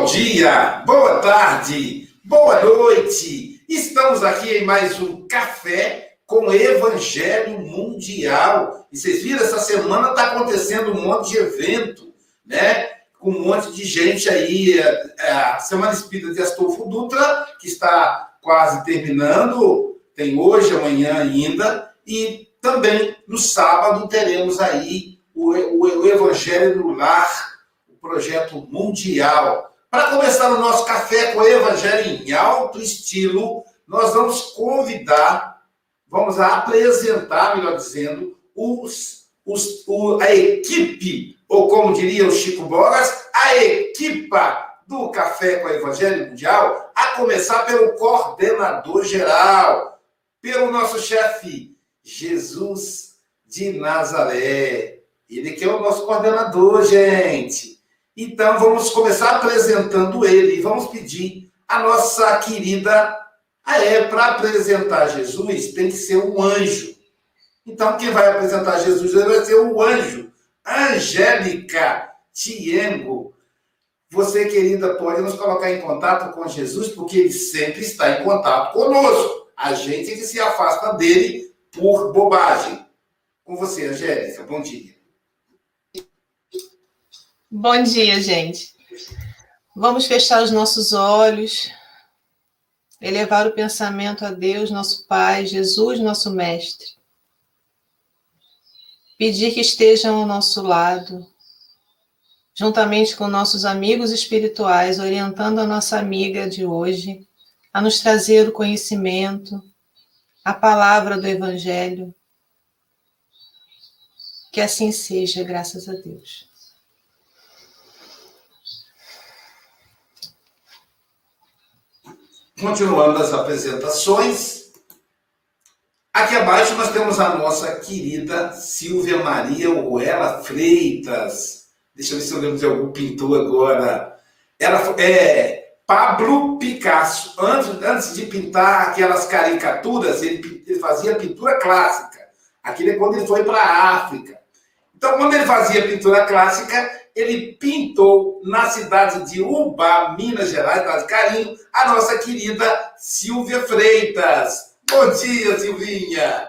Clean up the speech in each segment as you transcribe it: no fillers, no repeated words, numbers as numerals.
Bom dia, boa tarde, boa noite. Estamos aqui em mais um Café com Evangelho Mundial. E vocês viram, essa semana está acontecendo um monte de evento, né? Com um monte de gente aí. A Semana Espírita de Astolfo Dutra, que está quase terminando, tem hoje, amanhã ainda, e também no sábado teremos aí o Evangelho no Lar, projeto mundial. Para começar o nosso café com o Evangelho em alto estilo, nós vamos apresentar, melhor dizendo, a equipe, ou como diria o Chico Bogas, a equipa do Café com o Evangelho Mundial, a começar pelo coordenador geral, pelo nosso chefe, Jesus de Nazaré. Ele que é o nosso coordenador, gente. Então, vamos começar apresentando ele e vamos pedir a nossa querida... para apresentar Jesus tem que ser um anjo. Então, quem vai apresentar Jesus vai ser o anjo. Angélica Tiengo. Você, querida, pode nos colocar em contato com Jesus, porque ele sempre está em contato conosco. A gente que se afasta dele por bobagem. Com você, Angélica. Bom dia. Bom dia, gente. Vamos fechar os nossos olhos, elevar o pensamento a Deus, nosso Pai, Jesus, nosso Mestre. Pedir que estejam ao nosso lado, juntamente com nossos amigos espirituais, orientando a nossa amiga de hoje a nos trazer o conhecimento, a palavra do Evangelho. Que assim seja, graças a Deus. Continuando as apresentações, aqui abaixo nós temos a nossa querida Silvia Maria Ruela Freitas. Deixa eu ver se eu lembro de algum pintor agora. Ela é Pablo Picasso. Antes de pintar aquelas caricaturas, ele fazia pintura clássica. Aquilo é quando ele foi para a África. Então, quando ele fazia pintura clássica, ele pintou na cidade de Ubá, Minas Gerais, cidade de Carinho, a nossa querida Silvia Freitas. Bom dia, Silvinha!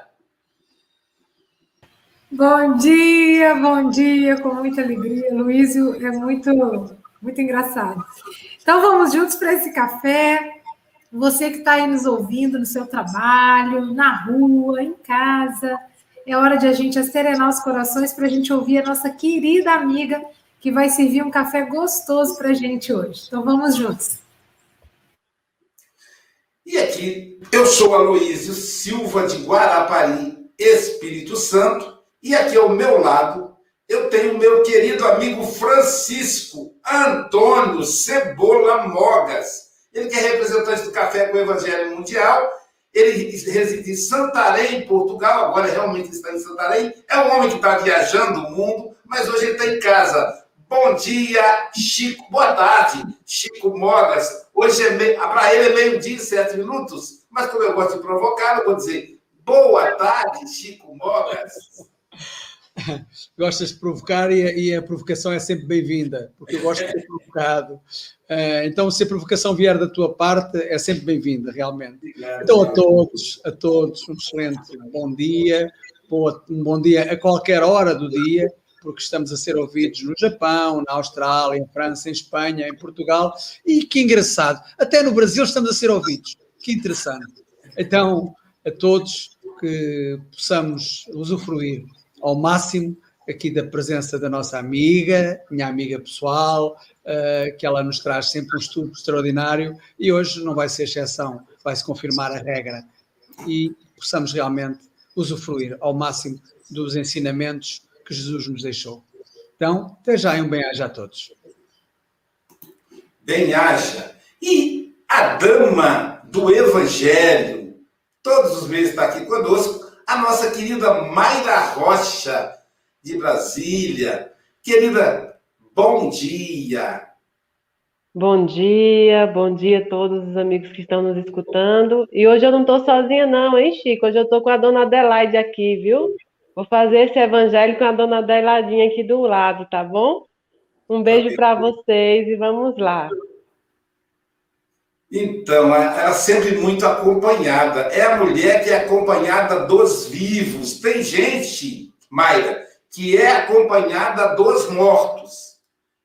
Bom dia, com muita alegria. Luísio é muito engraçado. Então, vamos juntos para esse café. Você que está aí nos ouvindo no seu trabalho, na rua, em casa, é hora de a gente acerenar os corações para a gente ouvir a nossa querida amiga que vai servir um café gostoso para a gente hoje. Então, vamos juntos. E aqui, eu sou Aloísio Silva de Guarapari, Espírito Santo, e aqui ao meu lado eu tenho o meu querido amigo Francisco Antônio Cebola Mogas. Ele que é representante do Café com o Evangelho Mundial. Ele reside em Santarém, Portugal. Agora realmente está em Santarém. É um homem que está viajando o mundo, mas hoje ele está em casa. Bom dia, Chico. Boa tarde, Chico Mogas. Hoje para ele é 12:07, mas como eu gosto de provocar, eu vou dizer boa tarde, Chico Mogas. Gostas de provocar e a provocação é sempre bem-vinda, porque eu gosto de ser provocado. Então, se a provocação vier da tua parte, é sempre bem-vinda, realmente. Então, a todos, um excelente bom dia, um bom dia a qualquer hora do dia, porque estamos a ser ouvidos no Japão, na Austrália, em França, em Espanha, em Portugal, e que engraçado, até no Brasil estamos a ser ouvidos. Que interessante. Então, a todos que possamos usufruir ao máximo aqui da presença da nossa amiga, minha amiga pessoal, que ela nos traz sempre um estudo extraordinário e hoje não vai ser exceção, vai-se confirmar a regra e possamos realmente usufruir ao máximo dos ensinamentos que Jesus nos deixou. Então, até já e um bem-aja a todos. Bem-aja. E a dama do Evangelho, todos os meses está aqui conosco, a nossa querida Mayra Rocha, de Brasília. Querida, bom dia. Bom dia a todos os amigos que estão nos escutando. E hoje eu não estou sozinha não, hein, Chico? Hoje eu estou com a dona Adelaide aqui, viu? Vou fazer esse evangelho com a dona Adelaidinha aqui do lado, tá bom? Um beijo para vocês e vamos lá. Então, ela sempre muito acompanhada. É a mulher que é acompanhada dos vivos. Tem gente, Mayra, que é acompanhada dos mortos.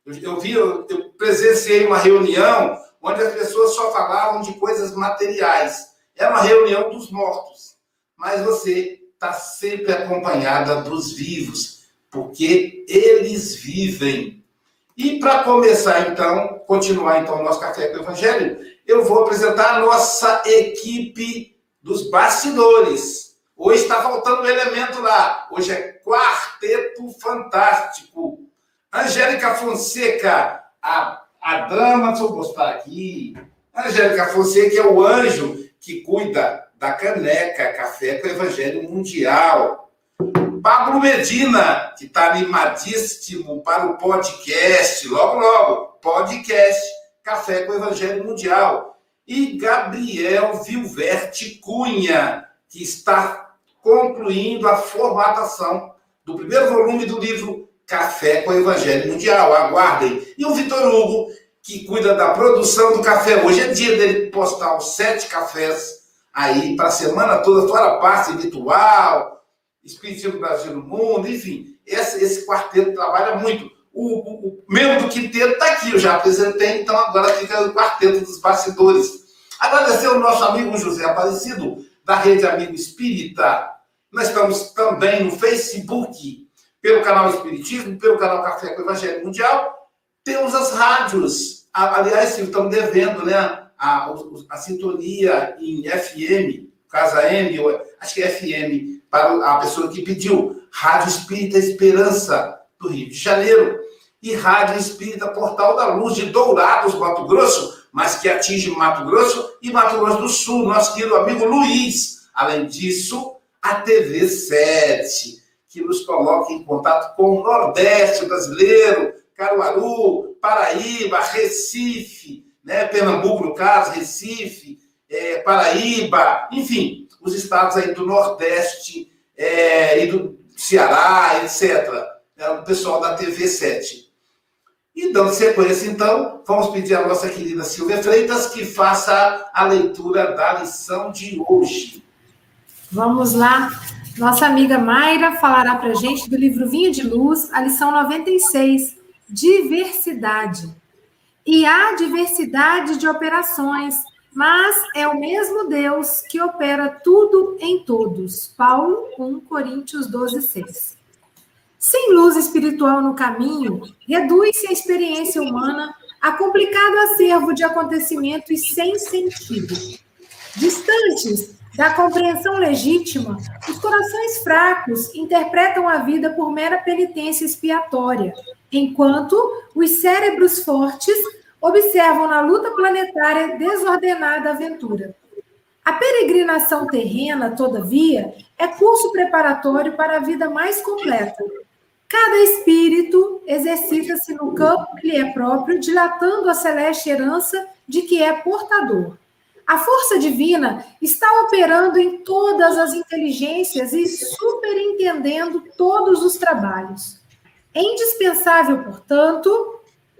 Eu presenciei uma reunião onde as pessoas só falavam de coisas materiais. É uma reunião dos mortos. Mas você está sempre acompanhada dos vivos, porque eles vivem. E para começar, então, continuar então o nosso Café com o Evangelho, eu vou apresentar a nossa equipe dos bastidores. Hoje está faltando um elemento lá. Hoje é Quarteto Fantástico. Angélica Fonseca, a dama, deixa eu mostrar aqui. Angélica Fonseca é o anjo que cuida da caneca Café com o Evangelho Mundial. Pablo Medina, que está animadíssimo para o podcast, logo, podcast Café com o Evangelho Mundial. E Gabriel Vilverte Cunha, que está concluindo a formatação do primeiro volume do livro Café com o Evangelho Mundial. Aguardem. E o Vitor Hugo, que cuida da produção do café. Hoje é dia dele postar os 7 cafés aí para a semana toda, fora a parte ritual, Espiritismo do Brasil no Mundo, enfim. Esse quarteto trabalha muito. O membro do quinteto está aqui, eu já apresentei, então agora fica o quarteto dos bastidores. Agradecer ao nosso amigo José Aparecido, da Rede Amigo Espírita. Nós estamos também no Facebook, pelo canal Espiritismo, pelo canal Café com o Evangelho Mundial. Temos as rádios. Aliás, estamos devendo, né, a sintonia em FM, Casa M, acho que é FM, para a pessoa que pediu. Rádio Espírita Esperança, do Rio de Janeiro. E Rádio Espírita Portal da Luz, de Dourados, Mato Grosso, mas que atinge Mato Grosso e Mato Grosso do Sul, nosso querido amigo Luiz. Além disso, a TV 7, que nos coloca em contato com o Nordeste brasileiro, Caruaru, Paraíba, Recife, né? Pernambuco, no caso, Recife, Paraíba, enfim, os estados aí do Nordeste e do Ceará, etc. O pessoal da TV 7. E dando sequência, então, vamos pedir à nossa querida Silvia Freitas que faça a leitura da lição de hoje. Vamos lá. Nossa amiga Mayra falará para a gente do livro Vinho de Luz, a lição 96, Diversidade. E há diversidade de operações, mas é o mesmo Deus que opera tudo em todos. Paulo 1 Coríntios 12, 6. Sem luz espiritual no caminho, reduz-se a experiência humana a complicado acervo de acontecimentos sem sentido. Distantes da compreensão legítima, os corações fracos interpretam a vida por mera penitência expiatória, enquanto os cérebros fortes observam na luta planetária desordenada aventura. A peregrinação terrena, todavia, é curso preparatório para a vida mais completa. Cada espírito exercita-se no campo que lhe é próprio, dilatando a celeste herança de que é portador. A força divina está operando em todas as inteligências e superintendendo todos os trabalhos. É indispensável, portanto,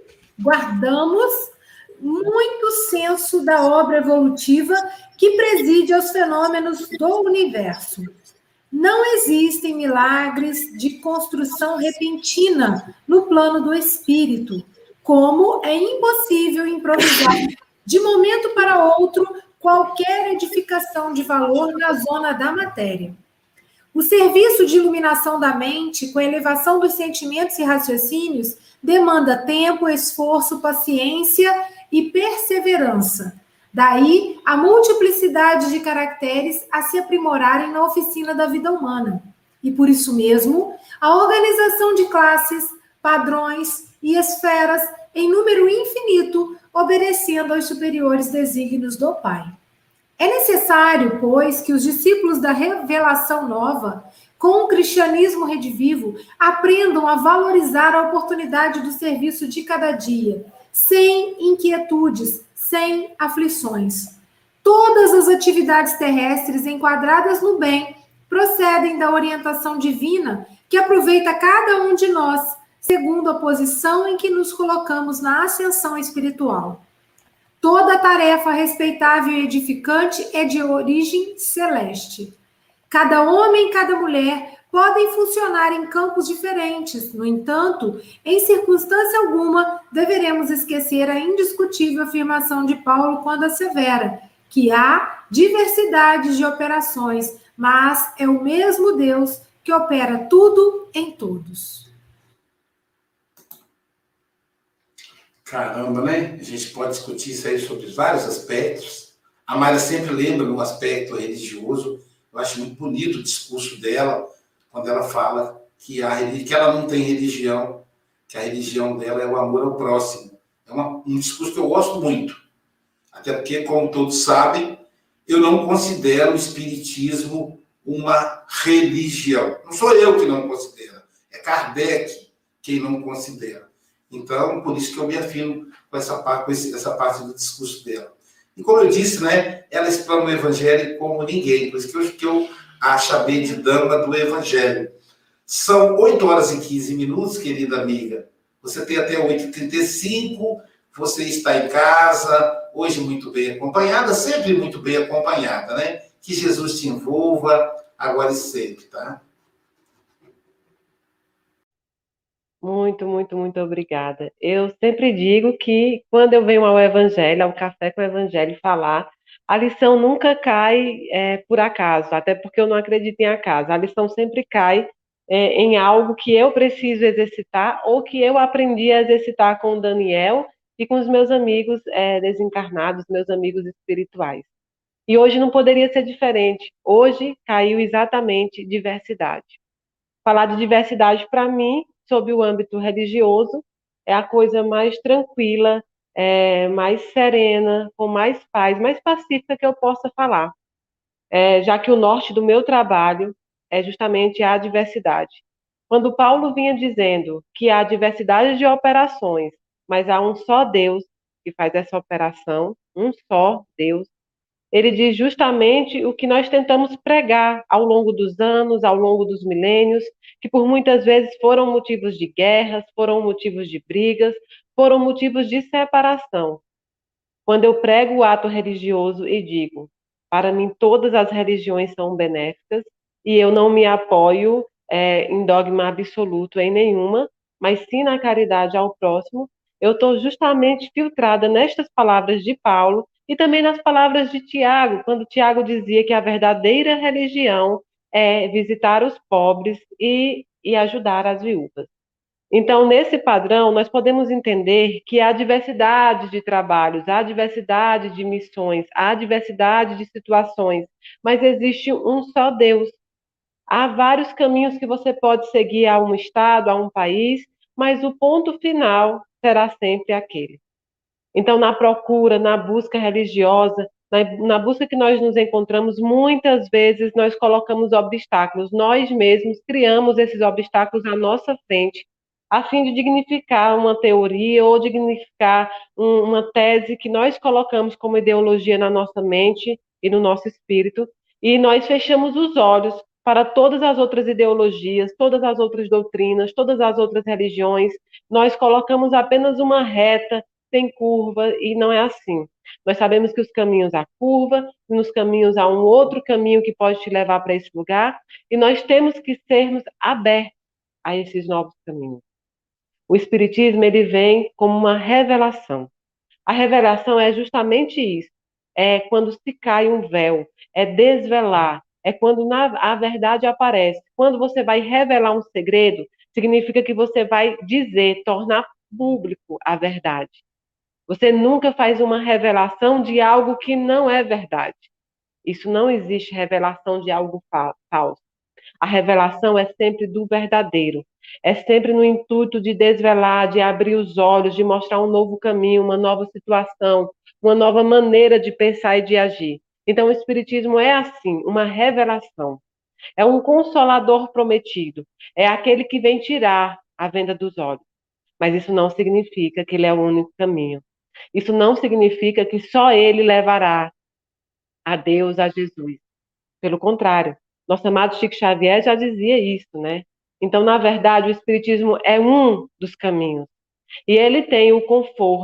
guardamos muito senso da obra evolutiva que preside aos fenômenos do universo. Não existem milagres de construção repentina no plano do espírito, como é impossível improvisar de momento para outro qualquer edificação de valor na zona da matéria. O serviço de iluminação da mente, com a elevação dos sentimentos e raciocínios, demanda tempo, esforço, paciência e perseverança. Daí, a multiplicidade de caracteres a se aprimorarem na oficina da vida humana. E por isso mesmo, a organização de classes, padrões e esferas em número infinito, obedecendo aos superiores desígnios do Pai. É necessário, pois, que os discípulos da revelação nova, com o cristianismo redivivo, aprendam a valorizar a oportunidade do serviço de cada dia, sem inquietudes, sem aflições. Todas as atividades terrestres enquadradas no bem procedem da orientação divina que aproveita cada um de nós, segundo a posição em que nos colocamos na ascensão espiritual. Toda tarefa respeitável e edificante é de origem celeste. Cada homem e cada mulher podem funcionar em campos diferentes. No entanto, em circunstância alguma, deveremos esquecer a indiscutível afirmação de Paulo quando assevera que há diversidade de operações, mas é o mesmo Deus que opera tudo em todos. Caramba, né? A gente pode discutir isso aí sobre vários aspectos. A Mayra sempre lembra no aspecto religioso. Eu acho muito bonito o discurso dela, quando ela fala que ela não tem religião, que a religião dela é o amor ao próximo. É um discurso que eu gosto muito. Até porque, como todos sabem, eu não considero o espiritismo uma religião. Não sou eu que não considero, é Kardec quem não considera. Então, por isso que eu me afirmo com essa parte do discurso dela. E como eu disse, né, ela explana o evangelho como ninguém, por isso que eu a chamei de dama do evangelho. São 8 horas e 15 minutos, querida amiga. Você tem até 8h35, você está em casa, hoje muito bem acompanhada, sempre muito bem acompanhada, né? Que Jesus te envolva, agora e sempre, tá? Muito, muito, muito obrigada. Eu sempre digo que quando eu venho ao Evangelho, ao Café com o Evangelho falar, a lição nunca cai por acaso, até porque eu não acredito em acaso. A lição sempre cai em algo que eu preciso exercitar ou que eu aprendi a exercitar com o Daniel e com os meus amigos desencarnados, meus amigos espirituais. E hoje não poderia ser diferente. Hoje caiu exatamente diversidade. Falar de diversidade, para mim, sob o âmbito religioso, é a coisa mais tranquila, mais serena, com mais paz, mais pacífica que eu possa falar. Já que o norte do meu trabalho é justamente a diversidade. Quando Paulo vinha dizendo que há diversidade de operações, mas há um só Deus que faz essa operação, um só Deus, ele diz justamente o que nós tentamos pregar ao longo dos anos, ao longo dos milênios, que por muitas vezes foram motivos de guerras, foram motivos de brigas, foram motivos de separação. Quando eu prego o ato religioso e digo, para mim todas as religiões são benéficas e eu não me apoio em dogma absoluto em nenhuma, mas sim na caridade ao próximo, eu estou justamente filtrada nestas palavras de Paulo e também nas palavras de Tiago, quando Tiago dizia que a verdadeira religião é visitar os pobres e ajudar as viúvas. Então, nesse padrão, nós podemos entender que há diversidade de trabalhos, há diversidade de missões, há diversidade de situações, mas existe um só Deus. Há vários caminhos que você pode seguir a um estado, a um país, mas o ponto final será sempre aquele. Então, na procura, na busca religiosa, na busca que nós nos encontramos, muitas vezes nós colocamos obstáculos, nós mesmos criamos esses obstáculos à nossa frente, a fim de dignificar uma teoria ou dignificar uma tese que nós colocamos como ideologia na nossa mente e no nosso espírito, e nós fechamos os olhos para todas as outras ideologias, todas as outras doutrinas, todas as outras religiões, nós colocamos apenas uma reta tem curva e não é assim. Nós sabemos que os caminhos há curva, nos caminhos há um outro caminho que pode te levar para esse lugar, e nós temos que sermos abertos a esses novos caminhos. O Espiritismo, ele vem como uma revelação. A revelação é justamente isso, é quando se cai um véu, é desvelar, é quando a verdade aparece. Quando você vai revelar um segredo, significa que você vai dizer, tornar público a verdade. Você nunca faz uma revelação de algo que não é verdade. Isso não existe revelação de algo falso. A revelação é sempre do verdadeiro. É sempre no intuito de desvelar, de abrir os olhos, de mostrar um novo caminho, uma nova situação, uma nova maneira de pensar e de agir. Então, o Espiritismo é assim, uma revelação. É um consolador prometido. É aquele que vem tirar a venda dos olhos. Mas isso não significa que ele é o único caminho. Isso não significa que só ele levará a Deus, a Jesus. Pelo contrário, nosso amado Chico Xavier já dizia isso, né? Então, na verdade, o Espiritismo é um dos caminhos. E ele tem o conforto,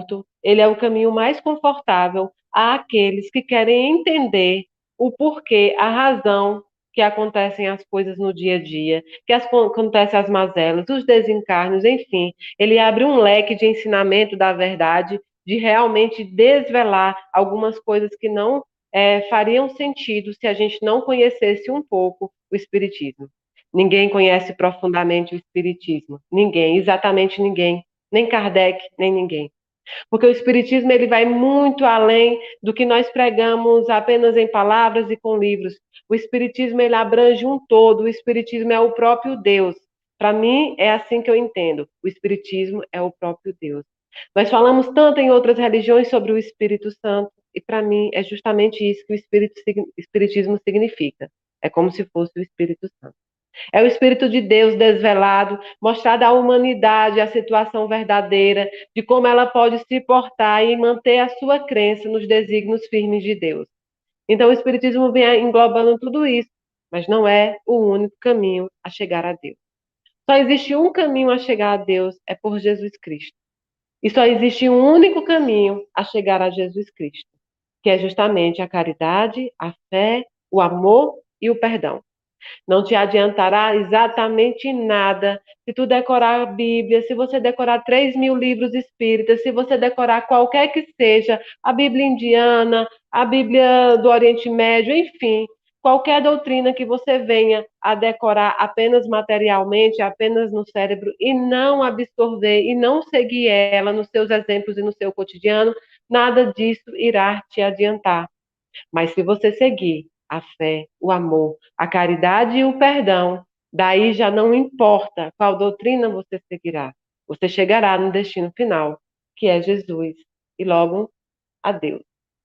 ele é o caminho mais confortável àqueles que querem entender o porquê, a razão que acontecem as coisas no dia a dia, acontecem as mazelas, os desencarnos, enfim. Ele abre um leque de ensinamento da verdade, de realmente desvelar algumas coisas que não fariam sentido se a gente não conhecesse um pouco o Espiritismo. Ninguém conhece profundamente o Espiritismo. Ninguém, exatamente ninguém. Nem Kardec, nem ninguém. Porque o Espiritismo ele vai muito além do que nós pregamos apenas em palavras e com livros. O Espiritismo ele abrange um todo. O Espiritismo é o próprio Deus. Para mim, é assim que eu entendo. O Espiritismo é o próprio Deus. Nós falamos tanto em outras religiões sobre o Espírito Santo, e para mim é justamente isso que o Espiritismo significa. É como se fosse o Espírito Santo. É o Espírito de Deus desvelado, mostrado à humanidade a situação verdadeira, de como ela pode se portar e manter a sua crença nos desígnios firmes de Deus. Então, o Espiritismo vem englobando tudo isso, mas não é o único caminho a chegar a Deus. Só existe um caminho a chegar a Deus, é por Jesus Cristo. E só existe um único caminho a chegar a Jesus Cristo, que é justamente a caridade, a fé, o amor e o perdão. Não te adiantará exatamente nada se tu decorar a Bíblia, se você decorar 3.000 livros espíritas, se você decorar qualquer que seja, a Bíblia indiana, a Bíblia do Oriente Médio, enfim, qualquer doutrina que você venha a decorar apenas materialmente, apenas no cérebro, e não absorver e não seguir ela nos seus exemplos e no seu cotidiano, nada disso irá te adiantar. Mas se você seguir a fé, o amor, a caridade e o perdão, daí já não importa qual doutrina você seguirá. Você chegará no destino final, que é Jesus, e logo a Deus.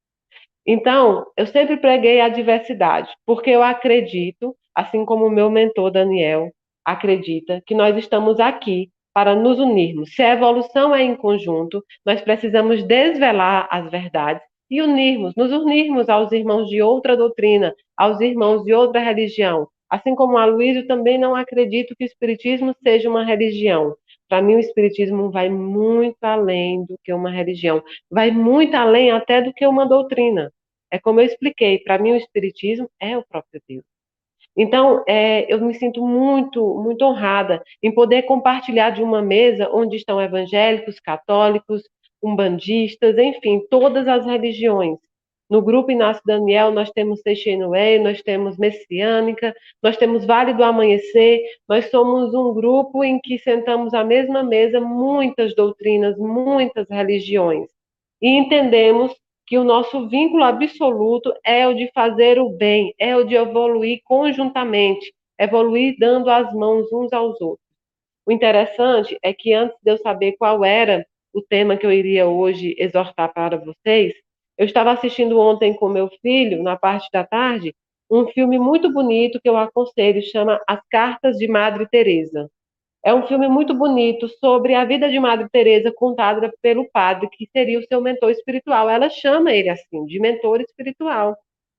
Então, eu sempre preguei a diversidade, porque eu acredito, assim como o meu mentor Daniel acredita, que nós estamos aqui para nos unirmos. Se a evolução é em conjunto, nós precisamos desvelar as verdades e nos unirmos aos irmãos de outra doutrina, aos irmãos de outra religião. Assim como a Luísa, também não acredito que o Espiritismo seja uma religião. Para mim, o Espiritismo vai muito além do que uma religião, vai muito além até do que uma doutrina. É como eu expliquei, para mim o Espiritismo é o próprio Deus. Então, eu me sinto muito, muito honrada em poder compartilhar de uma mesa onde estão evangélicos, católicos, umbandistas, enfim, todas as religiões. No grupo Inácio Daniel, nós temos Seixeinoé, nós temos Messiânica, nós temos Vale do Amanhecer, nós somos um grupo em que sentamos à mesma mesa muitas doutrinas, muitas religiões. E entendemos que o nosso vínculo absoluto é o de fazer o bem, é o de evoluir conjuntamente, evoluir dando as mãos uns aos outros. O interessante é que antes de eu saber qual era o tema que eu iria hoje exortar para vocês, eu estava assistindo ontem com meu filho, na parte da tarde, um filme muito bonito que eu aconselho, chama As Cartas de Madre Teresa. É um filme muito bonito sobre a vida de Madre Teresa contada pelo padre, que seria o seu mentor espiritual. Ela chama ele assim, de mentor espiritual.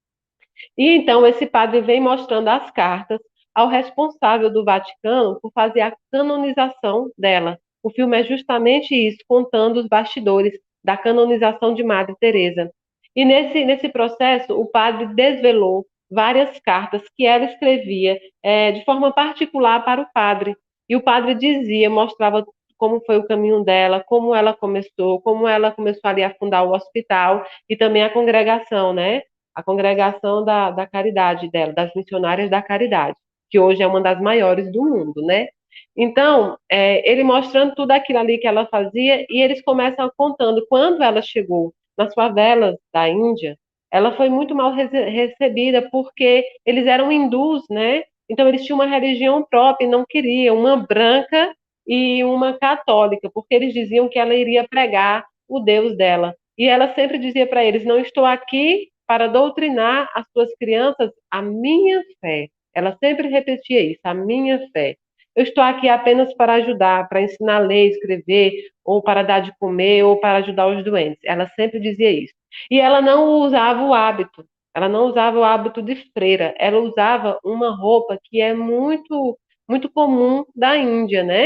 E então esse padre vem mostrando as cartas ao responsável do Vaticano por fazer a canonização dela. O filme é justamente isso, contando os bastidores da canonização de Madre Teresa. E nesse processo, o padre desvelou várias cartas que ela escrevia de forma particular para o padre. E o padre dizia, mostrava como foi o caminho dela, como ela começou ali a fundar o hospital e também a congregação, né? A congregação da caridade dela, das missionárias da caridade, que hoje é uma das maiores do mundo, né? Então, ele mostrando tudo aquilo ali que ela fazia, e eles começam contando quando ela chegou nas favelas da Índia, ela foi muito mal recebida, porque eles eram hindus, né? Então, eles tinham uma religião própria e não queriam uma branca e uma católica, porque eles diziam que ela iria pregar o Deus dela. E ela sempre dizia para eles: não estou aqui para doutrinar as suas crianças a minha fé. Ela sempre repetia isso, a minha fé. Eu estou aqui apenas para ajudar, para ensinar a ler, escrever, ou para dar de comer, ou para ajudar os doentes. Ela sempre dizia isso. E ela não usava o hábito. Ela não usava o hábito de freira. Ela usava uma roupa que é muito, muito comum da Índia, né?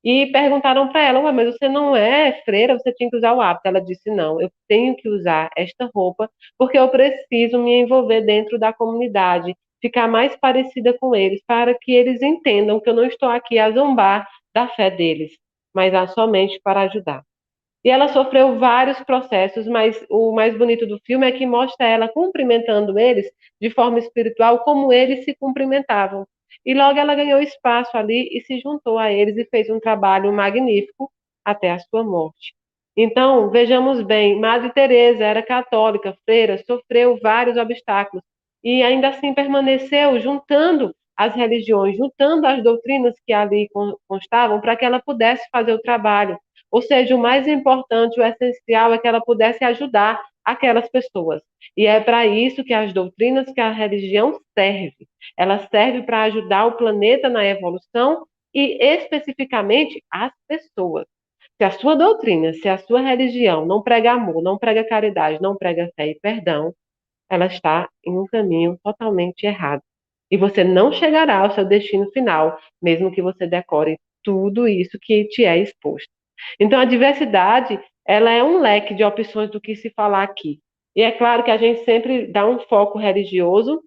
E perguntaram para ela, ué, mas você não é freira, você tinha que usar o hábito. Ela disse, não, eu tenho que usar esta roupa porque eu preciso me envolver dentro da comunidade, ficar mais parecida com eles, para que eles entendam que eu não estou aqui a zombar da fé deles, mas somente para ajudar. E ela sofreu vários processos, mas o mais bonito do filme é que mostra ela cumprimentando eles de forma espiritual, como eles se cumprimentavam. E logo ela ganhou espaço ali e se juntou a eles e fez um trabalho magnífico até a sua morte. Então, vejamos bem, Madre Teresa era católica, freira, sofreu vários obstáculos e ainda assim permaneceu juntando as religiões, juntando as doutrinas que ali constavam para que ela pudesse fazer o trabalho. Ou seja, o mais importante, o essencial é que ela pudesse ajudar aquelas pessoas. E é para isso que as doutrinas, que a religião serve. Ela serve para ajudar o planeta na evolução e especificamente as pessoas. Se a sua doutrina, se a sua religião não prega amor, não prega caridade, não prega fé e perdão, ela está em um caminho totalmente errado. E você não chegará ao seu destino final, mesmo que você decore tudo isso que te é exposto. Então, a diversidade, ela é um leque de opções do que se falar aqui. E é claro que a gente sempre dá um foco religioso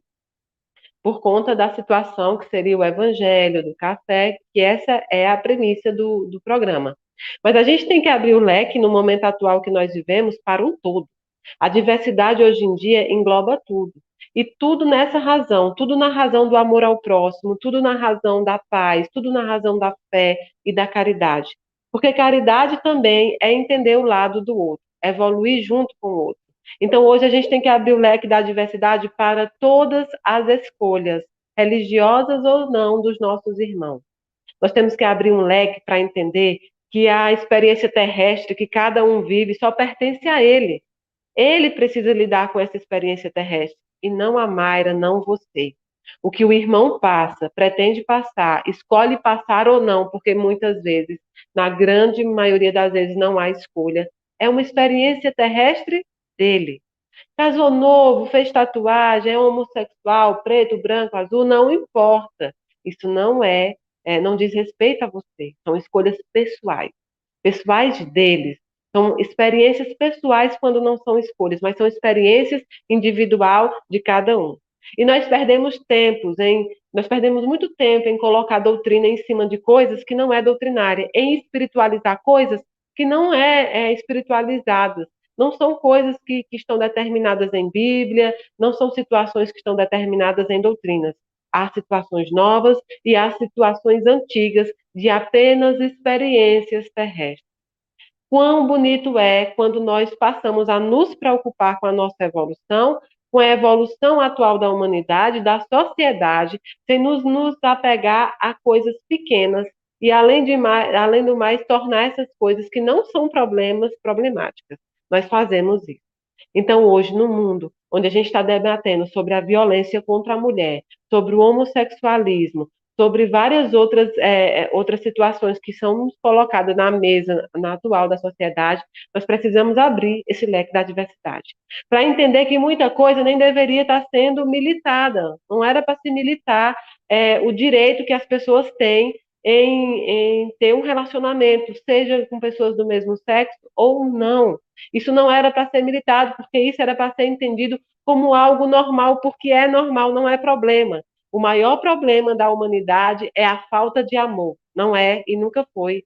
por conta da situação que seria o evangelho, do café, que essa é a premissa do programa. Mas a gente tem que abrir o leque no momento atual que nós vivemos para um todo. A diversidade hoje em dia engloba tudo. E tudo nessa razão, tudo na razão do amor ao próximo, tudo na razão da paz, tudo na razão da fé e da caridade. Porque caridade também é entender o lado do outro, evoluir junto com o outro. Então, hoje a gente tem que abrir o leque da diversidade para todas as escolhas, religiosas ou não, dos nossos irmãos. Nós temos que abrir um leque para entender que a experiência terrestre que cada um vive só pertence a ele. Ele precisa lidar com essa experiência terrestre, e não a Mayra, não você. O que o irmão passa, pretende passar, escolhe passar ou não, porque muitas vezes, na grande maioria das vezes, não há escolha, é uma experiência terrestre dele. Casou novo, fez tatuagem, é homossexual, preto, branco, azul, não importa. Isso não diz respeito a você. São escolhas pessoais, pessoais deles. São experiências pessoais quando não são escolhas, mas são experiências individual de cada um. E nós perdemos muito tempo em colocar doutrina em cima de coisas que não é doutrinária, em espiritualizar coisas que não é espiritualizadas. Não são coisas que estão determinadas em Bíblia, não são situações que estão determinadas em doutrinas. Há situações novas e há situações antigas de apenas experiências terrestres. Quão bonito é quando nós passamos a nos preocupar com a nossa evolução, com a evolução atual da humanidade, da sociedade, sem nos apegar a coisas pequenas e, além do mais, tornar essas coisas que não são problemáticas. Nós fazemos isso. Então, hoje, no mundo, onde a gente está debatendo sobre a violência contra a mulher, sobre o homossexualismo, sobre várias outras situações que são colocadas na mesa na atual da sociedade, nós precisamos abrir esse leque da diversidade. Para entender que muita coisa nem deveria estar sendo militada, não era para se militar o direito que as pessoas têm em ter um relacionamento, seja com pessoas do mesmo sexo ou não. Isso não era para ser militado, porque isso era para ser entendido como algo normal, porque é normal, não é problema. O maior problema da humanidade é a falta de amor. Não é e nunca foi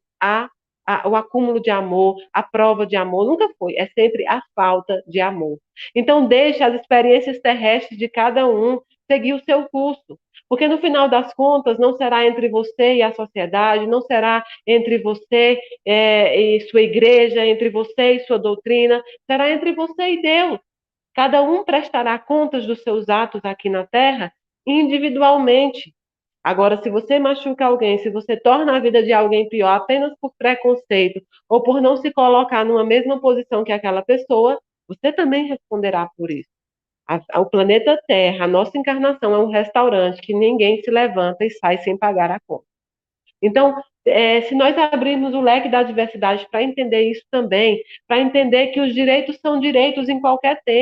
o acúmulo de amor, a prova de amor, nunca foi. É sempre a falta de amor. Então, deixe as experiências terrestres de cada um seguir o seu curso. Porque no final das contas, não será entre você e a sociedade, não será entre você e sua igreja, entre você e sua doutrina, será entre você e Deus. Cada um prestará contas dos seus atos aqui na Terra individualmente. Agora, se você machuca alguém, se você torna a vida de alguém pior apenas por preconceito ou por não se colocar numa mesma posição que aquela pessoa, você também responderá por isso. O planeta Terra, a nossa encarnação é um restaurante que ninguém se levanta e sai sem pagar a conta. Então, se nós abrirmos o leque da diversidade para entender isso também, para entender que os direitos são direitos em qualquer tempo,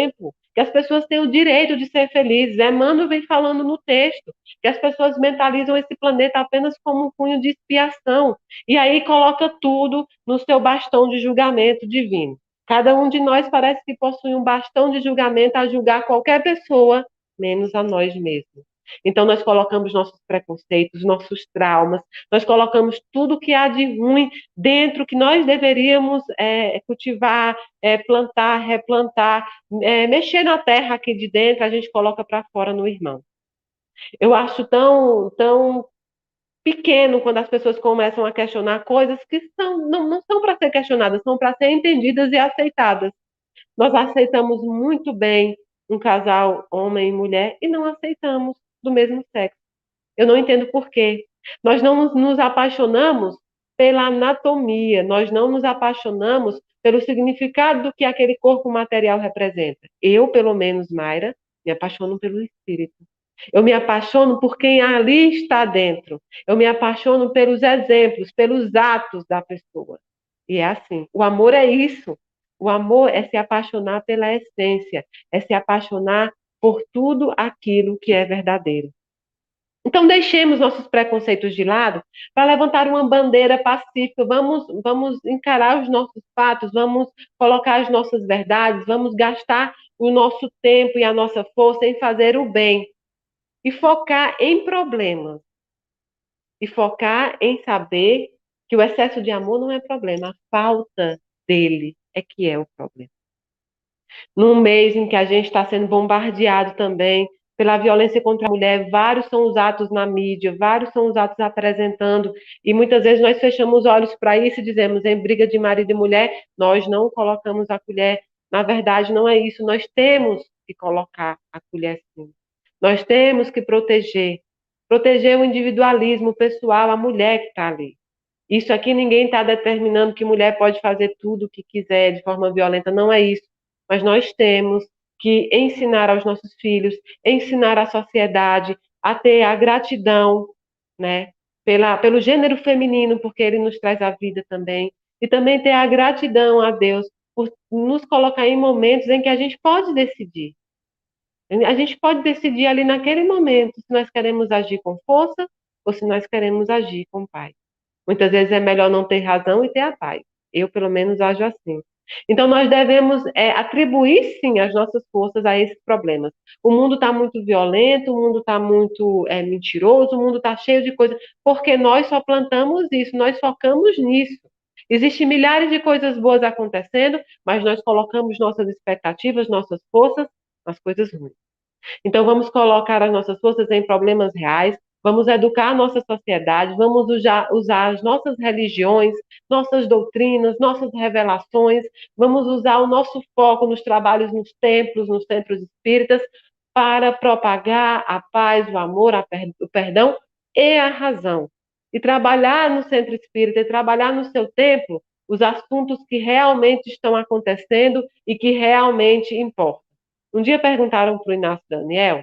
que as pessoas têm o direito de ser felizes. Emmanuel vem falando no texto que as pessoas mentalizam esse planeta apenas como um cunho de expiação, e aí coloca tudo no seu bastão de julgamento divino. Cada um de nós parece que possui um bastão de julgamento a julgar qualquer pessoa, menos a nós mesmos. Então, nós colocamos nossos preconceitos, nossos traumas, nós colocamos tudo que há de ruim dentro, que nós deveríamos cultivar, plantar, replantar, mexer na terra aqui de dentro, a gente coloca para fora no irmão. Eu acho tão pequeno quando as pessoas começam a questionar coisas que não são para ser questionadas, são para ser entendidas e aceitadas. Nós aceitamos muito bem um casal, homem e mulher, e não aceitamos do mesmo sexo. Eu não entendo por quê. Nós não nos apaixonamos pela anatomia, nós não nos apaixonamos pelo significado do que aquele corpo material representa. Eu, pelo menos, Mayra, me apaixono pelo espírito. Eu me apaixono por quem ali está dentro. Eu me apaixono pelos exemplos, pelos atos da pessoa. E é assim. O amor é isso. O amor é se apaixonar pela essência, é se apaixonar por tudo aquilo que é verdadeiro. Então, deixemos nossos preconceitos de lado para levantar uma bandeira pacífica. Vamos encarar os nossos fatos, vamos colocar as nossas verdades, vamos gastar o nosso tempo e a nossa força em fazer o bem e focar em problemas. E focar em saber que o excesso de amor não é problema, a falta dele é que é o problema. Num mês em que a gente está sendo bombardeado também pela violência contra a mulher, vários são os atos na mídia, vários são os atos apresentando, e muitas vezes nós fechamos os olhos para isso e dizemos, em briga de marido e mulher, nós não colocamos a colher. Na verdade, não é isso, nós temos que colocar a colher sim. Nós temos que proteger o individualismo pessoal, a mulher que está ali. Isso aqui ninguém está determinando que mulher pode fazer tudo o que quiser de forma violenta, não é isso. Mas nós temos que ensinar aos nossos filhos, ensinar à sociedade a ter a gratidão, né, pelo gênero feminino, porque ele nos traz a vida também, e também ter a gratidão a Deus por nos colocar em momentos em que a gente pode decidir. A gente pode decidir ali naquele momento se nós queremos agir com força ou se nós queremos agir com paz. Muitas vezes é melhor não ter razão e ter a paz. Eu, pelo menos, ajo assim. Então, nós devemos atribuir, sim, as nossas forças a esses problemas. O mundo está muito violento, o mundo está muito mentiroso, o mundo está cheio de coisas, porque nós só plantamos isso, nós focamos nisso. Existem milhares de coisas boas acontecendo, mas nós colocamos nossas expectativas, nossas forças nas coisas ruins. Então, vamos colocar as nossas forças em problemas reais, vamos educar a nossa sociedade, vamos usar as nossas religiões, nossas doutrinas, nossas revelações, vamos usar o nosso foco nos trabalhos nos templos, nos centros espíritas, para propagar a paz, o amor, o perdão e a razão. E trabalhar no centro espírita, e trabalhar no seu templo, os assuntos que realmente estão acontecendo e que realmente importam. Um dia perguntaram para o Inácio Daniel,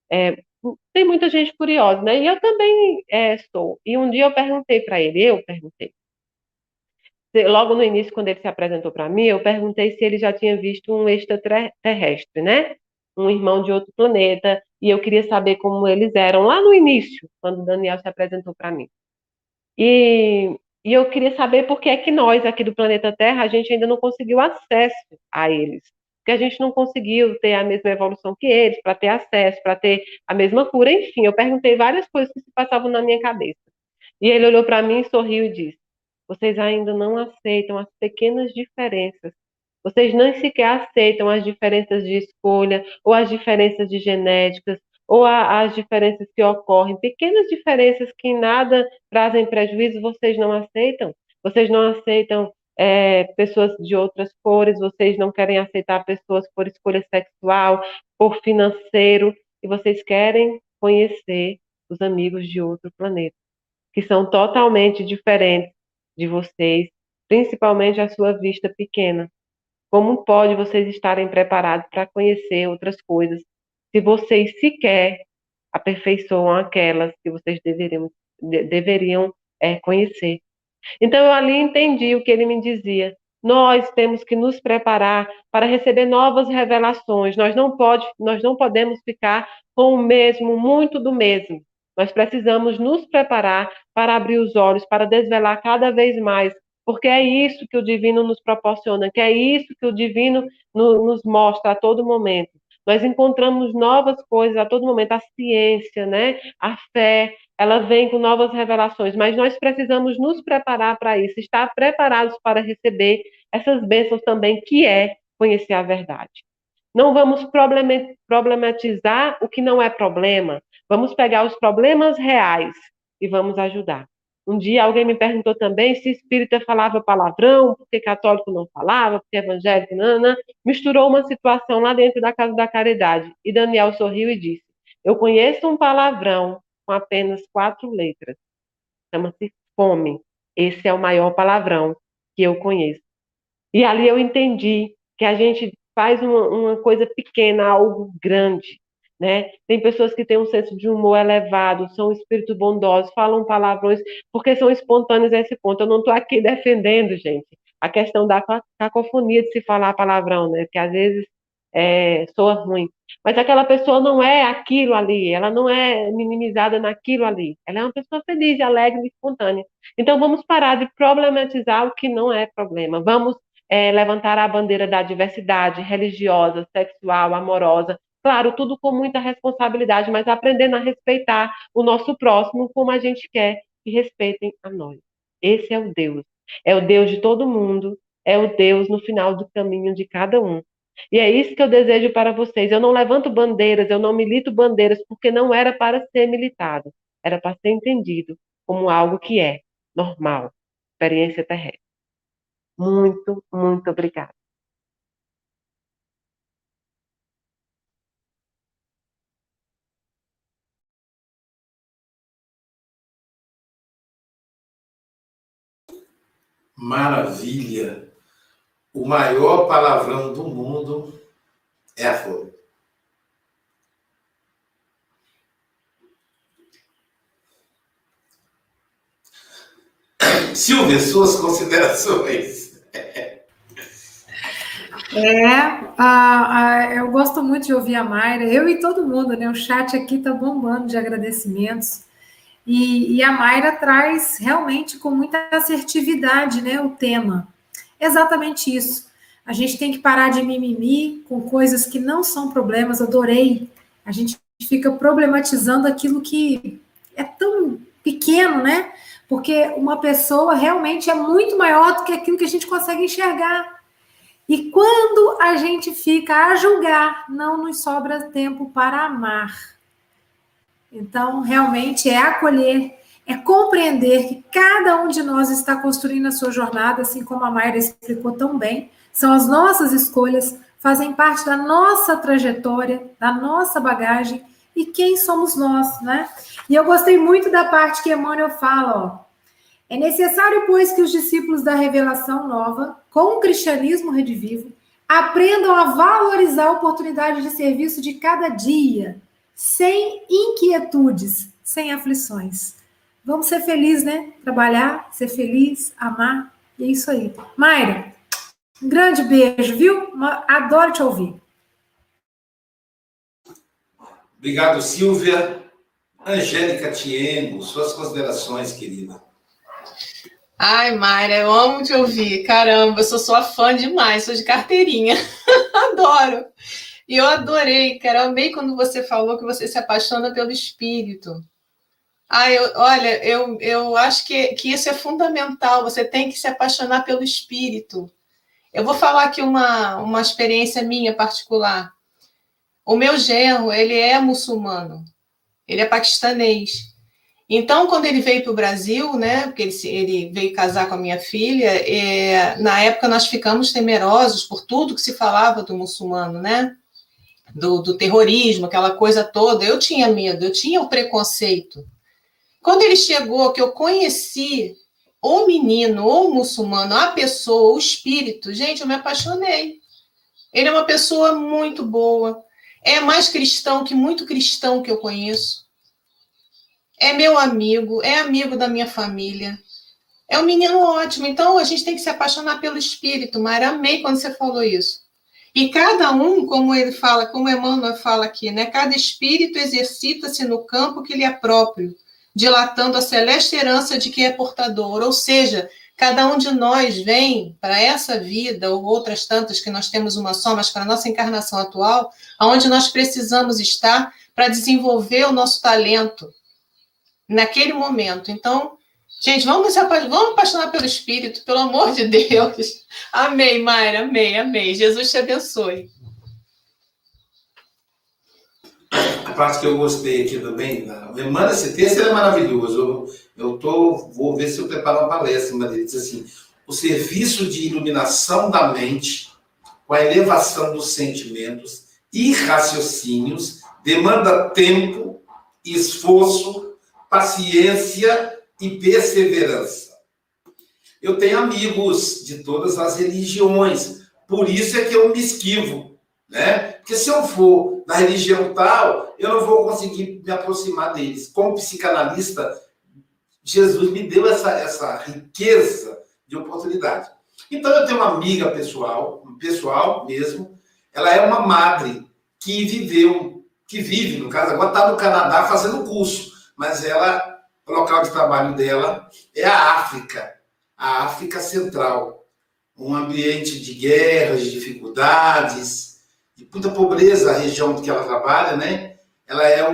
tem muita gente curiosa, né? E eu também sou. E um dia eu perguntei para ele, logo no início, quando ele se apresentou para mim, eu perguntei se ele já tinha visto um extraterrestre, né? Um irmão de outro planeta, e eu queria saber como eles eram lá no início, quando o Daniel se apresentou para mim. E eu queria saber por que é que nós, aqui do planeta Terra, a gente ainda não conseguiu acesso a eles. Porque a gente não conseguiu ter a mesma evolução que eles, para ter acesso, para ter a mesma cura. Enfim, eu perguntei várias coisas que se passavam na minha cabeça. E ele olhou para mim, sorriu e disse, vocês ainda não aceitam as pequenas diferenças. Vocês nem sequer aceitam as diferenças de escolha, ou as diferenças de genéticas, ou as diferenças que ocorrem. Pequenas diferenças que em nada trazem prejuízo, vocês não aceitam. Vocês não aceitam pessoas de outras cores, vocês não querem aceitar pessoas por escolha sexual, por financeiro, e vocês querem conhecer os amigos de outro planeta, que são totalmente diferentes de vocês, principalmente a sua vista pequena. Como pode vocês estarem preparados para conhecer outras coisas se vocês sequer aperfeiçoam aquelas que vocês deveriam conhecer? Então, eu ali entendi o que ele me dizia. Nós temos que nos preparar para receber novas revelações. Nós não podemos ficar com o mesmo, muito do mesmo. Nós precisamos nos preparar para abrir os olhos, para desvelar cada vez mais, porque é isso que o divino nos proporciona, que é isso que o divino nos mostra a todo momento. Nós encontramos novas coisas a todo momento, a ciência, né? A fé, ela vem com novas revelações, mas nós precisamos nos preparar para isso, estar preparados para receber essas bênçãos também, que é conhecer a verdade. Não vamos problematizar o que não é problema, vamos pegar os problemas reais e vamos ajudar. Um dia alguém me perguntou também se espírita falava palavrão, porque católico não falava, porque evangélico não. Misturou uma situação lá dentro da Casa da Caridade. E Daniel sorriu e disse: eu conheço um palavrão com apenas 4 letras. Chama-se fome. Esse é o maior palavrão que eu conheço. E ali eu entendi que a gente faz uma coisa pequena, algo grande. Né? Tem pessoas que têm um senso de humor elevado, são espíritos bondosos, falam palavrões, porque são espontâneos a esse ponto. Eu não estou aqui defendendo, gente, a questão da cacofonia de se falar palavrão, né? Porque às vezes soa ruim. Mas aquela pessoa não é aquilo ali, ela não é minimizada naquilo ali. Ela é uma pessoa feliz, alegre e espontânea. Então vamos parar de problematizar o que não é problema. Vamos levantar a bandeira da diversidade religiosa, sexual, amorosa. Claro, tudo com muita responsabilidade, mas aprendendo a respeitar o nosso próximo como a gente quer que respeitem a nós. Esse é o Deus. É o Deus de todo mundo, é o Deus no final do caminho de cada um. E é isso que eu desejo para vocês. Eu não levanto bandeiras, eu não milito bandeiras, porque não era para ser militado. Era para ser entendido como algo que é normal, experiência terrestre. Muito, muito obrigada. Maravilha! O maior palavrão do mundo é a fome. Silvia, suas considerações. Eu gosto muito de ouvir a Mayra, eu e todo mundo, né? O chat aqui tá bombando de agradecimentos. E a Mayra traz realmente com muita assertividade, né, o tema. Exatamente isso. A gente tem que parar de mimimi com coisas que não são problemas. Adorei. A gente fica problematizando aquilo que é tão pequeno, né? Porque uma pessoa realmente é muito maior do que aquilo que a gente consegue enxergar. E quando a gente fica a julgar, não nos sobra tempo para amar. Então, realmente, é acolher, é compreender que cada um de nós está construindo a sua jornada, assim como a Mayra explicou tão bem. São as nossas escolhas, fazem parte da nossa trajetória, da nossa bagagem, e quem somos nós, né? E eu gostei muito da parte que Emmanuel fala, ó. É necessário, pois, que os discípulos da revelação nova, com o cristianismo redivivo, aprendam a valorizar a oportunidade de serviço de cada dia, sem inquietudes, sem aflições. Vamos ser felizes, né? Trabalhar, ser feliz, amar, e é isso aí. Mayra, um grande beijo, viu? Adoro te ouvir. Obrigado, Silvia. Angélica Tiengo, suas considerações, querida. Ai, Mayra, eu amo te ouvir. Caramba, eu sou sua fã demais, sou de carteirinha. Adoro. E eu adorei, cara, eu amei quando você falou que você se apaixona pelo espírito. Olha, eu acho que isso é fundamental, você tem que se apaixonar pelo espírito. Eu vou falar aqui uma experiência minha particular. O meu genro, ele é muçulmano, ele é paquistanês. Então, quando ele veio para o Brasil, né, porque ele veio casar com a minha filha, na época nós ficamos temerosos por tudo que se falava do muçulmano, né? Do terrorismo, aquela coisa toda. Eu tinha medo, eu tinha o preconceito. Quando ele chegou, que eu conheci o menino, ou o muçulmano, a pessoa, o espírito, gente, eu me apaixonei. Ele é uma pessoa muito boa, é mais cristão que muito cristão que eu conheço. É meu amigo, é amigo da minha família. É um menino ótimo. Então, a gente tem que se apaixonar pelo espírito. Mara, amei quando você falou isso. E cada um, como ele fala, como Emmanuel fala aqui, né? Cada espírito exercita-se no campo que lhe é próprio, dilatando a celeste herança de que é portador. Ou seja, cada um de nós vem para essa vida, ou outras tantas que nós temos uma só, mas para a nossa encarnação atual, onde nós precisamos estar para desenvolver o nosso talento naquele momento. Então, gente, vamos apaixonar pelo Espírito, pelo amor de Deus. Amei, Mayra, amei, amei. Jesus te abençoe. A parte que eu gostei aqui também, Emmanuel, esse texto é maravilhoso. Vou ver se eu preparo uma palestra, mas ele diz assim: o serviço de iluminação da mente, com a elevação dos sentimentos e raciocínios, demanda tempo, esforço, paciência e perseverança. Eu tenho amigos de todas as religiões, por isso é que eu me esquivo, né? Porque se eu for da religião tal, eu não vou conseguir me aproximar deles. Como psicanalista, Jesus me deu essa riqueza de oportunidade. Então, eu tenho uma amiga pessoal mesmo, ela é uma madre que vive, no caso, agora está no Canadá fazendo curso, mas o local de trabalho dela é a África Central, um ambiente de guerras, de dificuldades, de muita pobreza, a região que ela trabalha, né? Ela é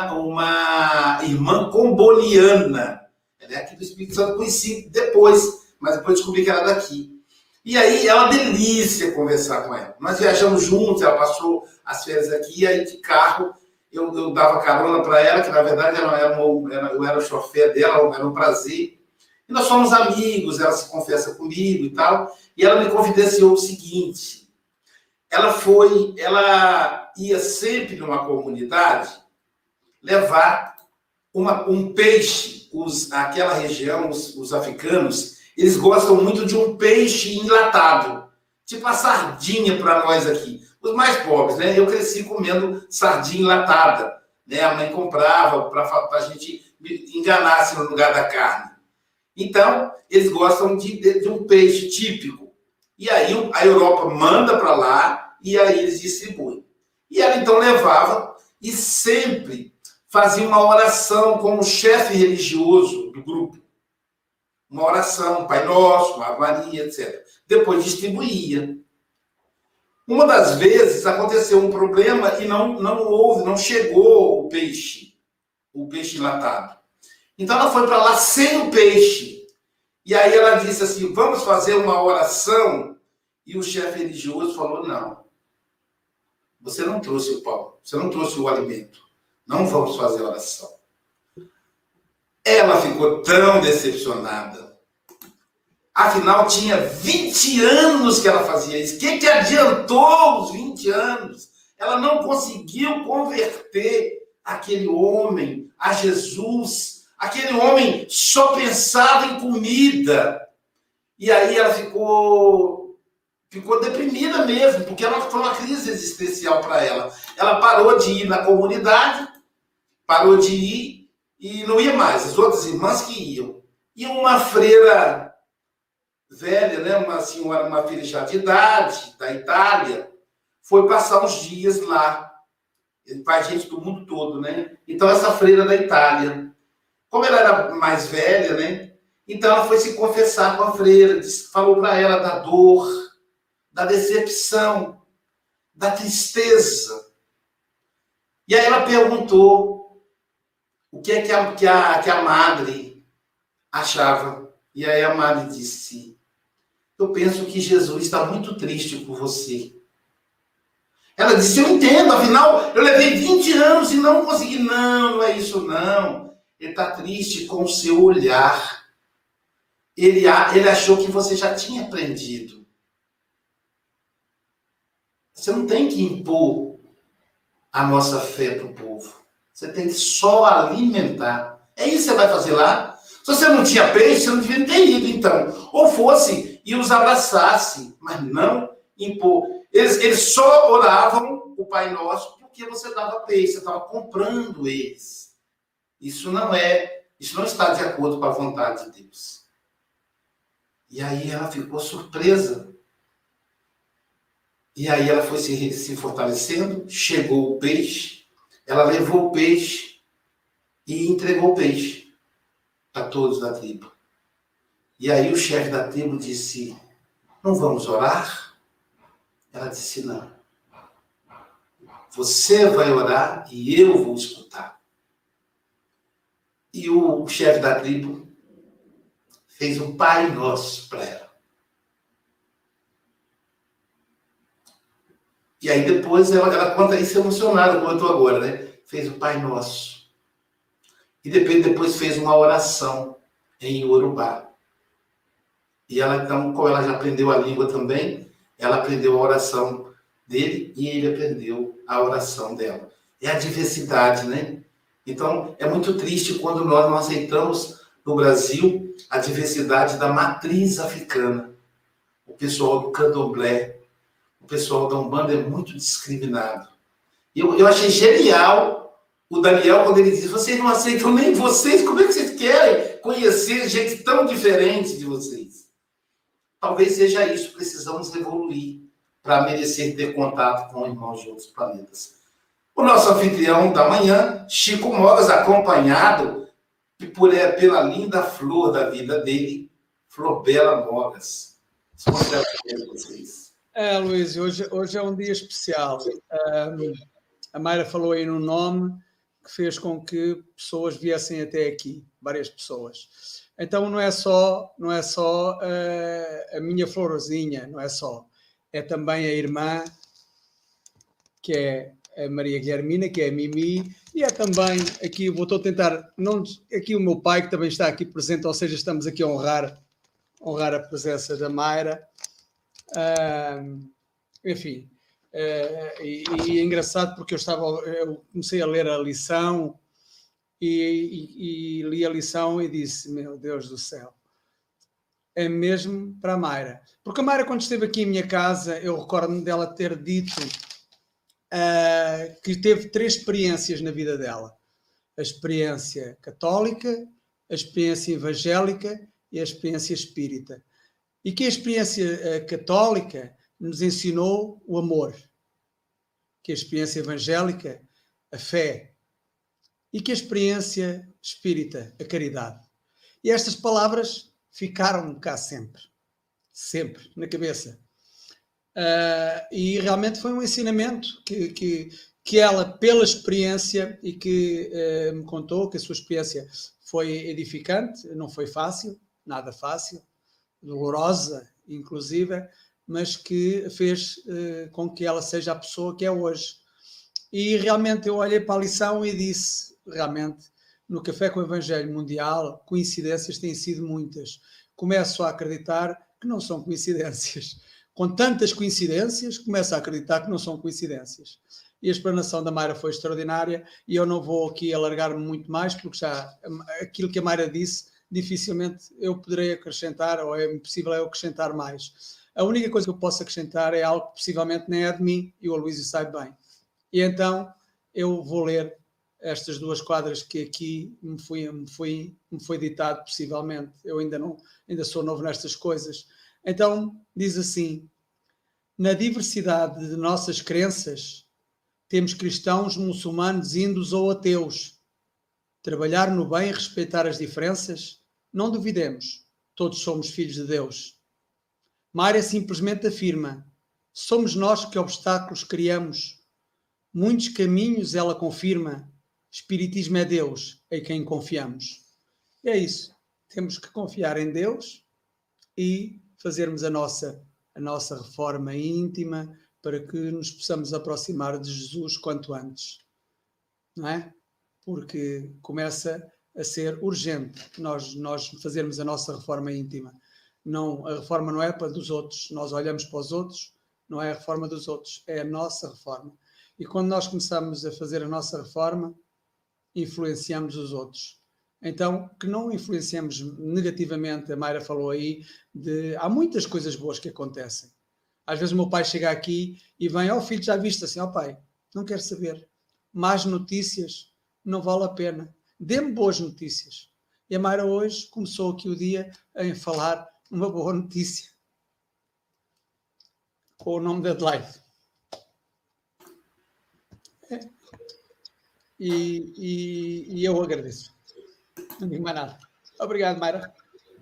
uma irmã comboniana, ela é aqui do Espírito Santo, conheci depois, mas depois descobri que era daqui. E aí é uma delícia conversar com ela. Nós viajamos juntos, ela passou as férias aqui, e aí de carro eu dava carona para ela, que na verdade eu era o chofer dela, era um prazer. E nós somos amigos, ela se confessa comigo e tal, e ela me confidenciou o seguinte: ela ia sempre numa comunidade levar um peixe, aquela região, os africanos, eles gostam muito de um peixe enlatado, tipo a sardinha para nós aqui, os mais pobres, né? Eu cresci comendo sardinha enlatada, né? A mãe comprava para a gente enganar-se no lugar da carne. Então, eles gostam de um peixe típico. E aí a Europa manda para lá e aí eles distribuem. E ela então levava e sempre fazia uma oração como chefe religioso do grupo. Uma oração, Pai Nosso, Ave Maria, etc. Depois distribuía. Uma das vezes aconteceu um problema e não chegou o peixe enlatado. Então ela foi para lá sem o peixe. E aí ela disse assim: vamos fazer uma oração? E o chefe religioso falou: não. Você não trouxe o pão, você não trouxe o alimento. Não vamos fazer oração. Ela ficou tão decepcionada. Afinal, tinha 20 anos que ela fazia isso. O que adiantou os 20 anos? Ela não conseguiu converter aquele homem a Jesus. Aquele homem só pensava em comida. E aí ela ficou deprimida mesmo, porque ela foi uma crise existencial para ela. Ela parou de ir na comunidade, parou de ir e não ia mais. As outras irmãs que iam. E uma freira velha, né, uma senhora, uma filha já de idade, da Itália, foi passar uns dias lá. Faz gente do mundo todo, né? Então, essa freira da Itália, como ela era mais velha, né? Então, ela foi se confessar com a freira, falou para ela da dor, da decepção, da tristeza. E aí ela perguntou o que é que a madre achava. E aí a madre disse: eu penso que Jesus está muito triste por você. Ela disse: eu entendo, afinal, eu levei 20 anos e não consegui. Não é isso não. Ele está triste com o seu olhar. Ele achou que você já tinha aprendido. Você não tem que impor a nossa fé para o povo. Você tem que só alimentar. É isso que você vai fazer lá? Se você não tinha peixe, você não devia ter ido, então. Ou fosse e os abraçasse, mas não impor. Eles só oravam o Pai Nosso porque você dava peixe, você estava comprando eles. Isso não está de acordo com a vontade de Deus. E aí ela ficou surpresa. E aí ela foi se fortalecendo, chegou o peixe, ela levou o peixe e entregou o peixe para todos da tribo. E aí o chefe da tribo disse, não vamos orar? Ela disse, não. Você vai orar e eu vou escutar. E o chefe da tribo fez um Pai Nosso para ela. E aí depois ela conta isso emocionada, como eu estou agora, né? Fez o Pai Nosso. E depois fez uma oração em Iorubá. E ela, então, como ela já aprendeu a língua também, ela aprendeu a oração dele e ele aprendeu a oração dela. É a diversidade, né? Então, é muito triste quando nós não aceitamos no Brasil a diversidade da matriz africana. O pessoal do candomblé, o pessoal da Umbanda é muito discriminado. Eu achei genial o Daniel quando ele diz, vocês não aceitam nem vocês, como é que vocês querem conhecer gente tão diferente de vocês? Talvez seja isso, precisamos evoluir para merecer ter contato com irmãos de outros planetas. O nosso anfitrião da manhã, Chico Mogas, acompanhado pela linda flor da vida dele, Flor Bela Mogas. Vocês. Luís, hoje é um dia especial. A Mayra falou aí no nome que fez com que pessoas viessem até aqui, várias pessoas. Então não é só a minha florzinha, não é só. É também a irmã, que é a Maria Guilhermina, que é a Mimi, e é também aqui, estou a tentar, aqui o meu pai, que também está aqui presente, ou seja, estamos aqui a honrar a presença da Mayra. Enfim, e é engraçado porque eu comecei a ler a lição e li a lição e disse, meu Deus do céu, é mesmo para a Mayra. Porque a Mayra, quando esteve aqui em minha casa, eu recordo-me dela ter dito que teve 3 experiências na vida dela. A experiência católica, a experiência evangélica e a experiência espírita. E que a experiência católica nos ensinou o amor. Que a experiência evangélica, a fé. E que a experiência espírita, a caridade. E estas palavras ficaram cá sempre, na cabeça. E realmente foi um ensinamento que ela, pela experiência, e que me contou que a sua experiência foi edificante, não foi fácil, nada fácil, dolorosa, inclusive, mas que fez com que ela seja a pessoa que é hoje. E realmente eu olhei para a lição e disse, realmente, no Café com o Evangelho Mundial, coincidências têm sido muitas. Começo a acreditar que não são coincidências. Com tantas coincidências, começo a acreditar que não são coincidências. E a explanação da Mayra foi extraordinária e eu não vou aqui alargar-me muito mais, porque já aquilo que a Mayra disse, dificilmente eu poderei acrescentar, ou é impossível eu acrescentar mais. A única coisa que eu posso acrescentar é algo que possivelmente nem é de mim, e o Aloísio sabe bem. E então eu vou ler estas 2 quadras que aqui me foi ditado, possivelmente. Eu ainda sou novo nestas coisas. Então, diz assim, na diversidade de nossas crenças, temos cristãos, muçulmanos, índios ou ateus. Trabalhar no bem e respeitar as diferenças, não duvidemos, todos somos filhos de Deus. Mayra simplesmente afirma, somos nós que obstáculos criamos. Muitos caminhos ela confirma, Espiritismo é Deus, em quem confiamos. E é isso, temos que confiar em Deus e fazermos a nossa reforma íntima para que nos possamos aproximar de Jesus quanto antes. Não é? Porque começa a ser urgente nós fazermos a nossa reforma íntima. Não, a reforma não é para dos outros. Nós olhamos para os outros, não é a reforma dos outros, é a nossa reforma. E quando nós começamos a fazer a nossa reforma, influenciamos os outros. Então, que não influenciemos negativamente, a Mayra falou aí, há muitas coisas boas que acontecem. Às vezes o meu pai chega aqui e vem, filho, já viste assim, pai, não quero saber. Más notícias, não vale a pena. Dê-me boas notícias. E a Mayra hoje começou aqui o dia a falar uma boa notícia com o nome da Adelaide. E eu agradeço. Não digo mais nada. Obrigado, Mayra.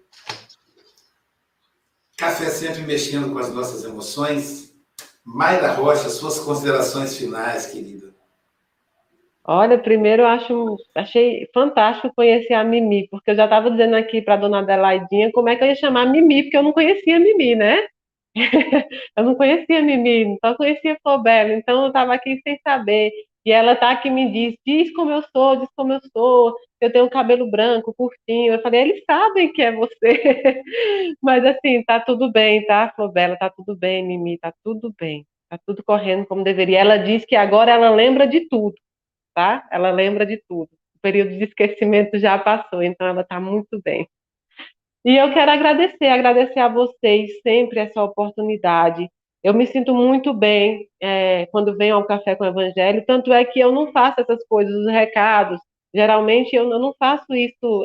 Café sempre mexendo com as nossas emoções. Mayra Rocha, suas considerações finais, querida. Olha, primeiro achei fantástico conhecer a Mimi, porque eu já estava dizendo aqui para a dona Adelaidinha como é que eu ia chamar a Mimi, porque eu não conhecia a Mimi, né? Eu não conhecia a Mimi, só conhecia a Flobela, então eu estava aqui sem saber. E ela tá aqui me diz como eu sou, diz como eu sou, eu tenho cabelo branco, curtinho. Eu falei, eles sabem que é você. Mas assim, tá tudo bem, tá, Flobela? Tá tudo bem, Mimi, tá tudo bem. Tá tudo correndo como deveria. Ela diz que agora ela lembra de tudo, tá? Ela lembra de tudo. O período de esquecimento já passou, então ela tá muito bem. E eu quero agradecer a vocês sempre essa oportunidade. Eu me sinto muito bem quando venho ao Café com o Evangelho, tanto é que eu não faço essas coisas, os recados. Geralmente eu não faço isso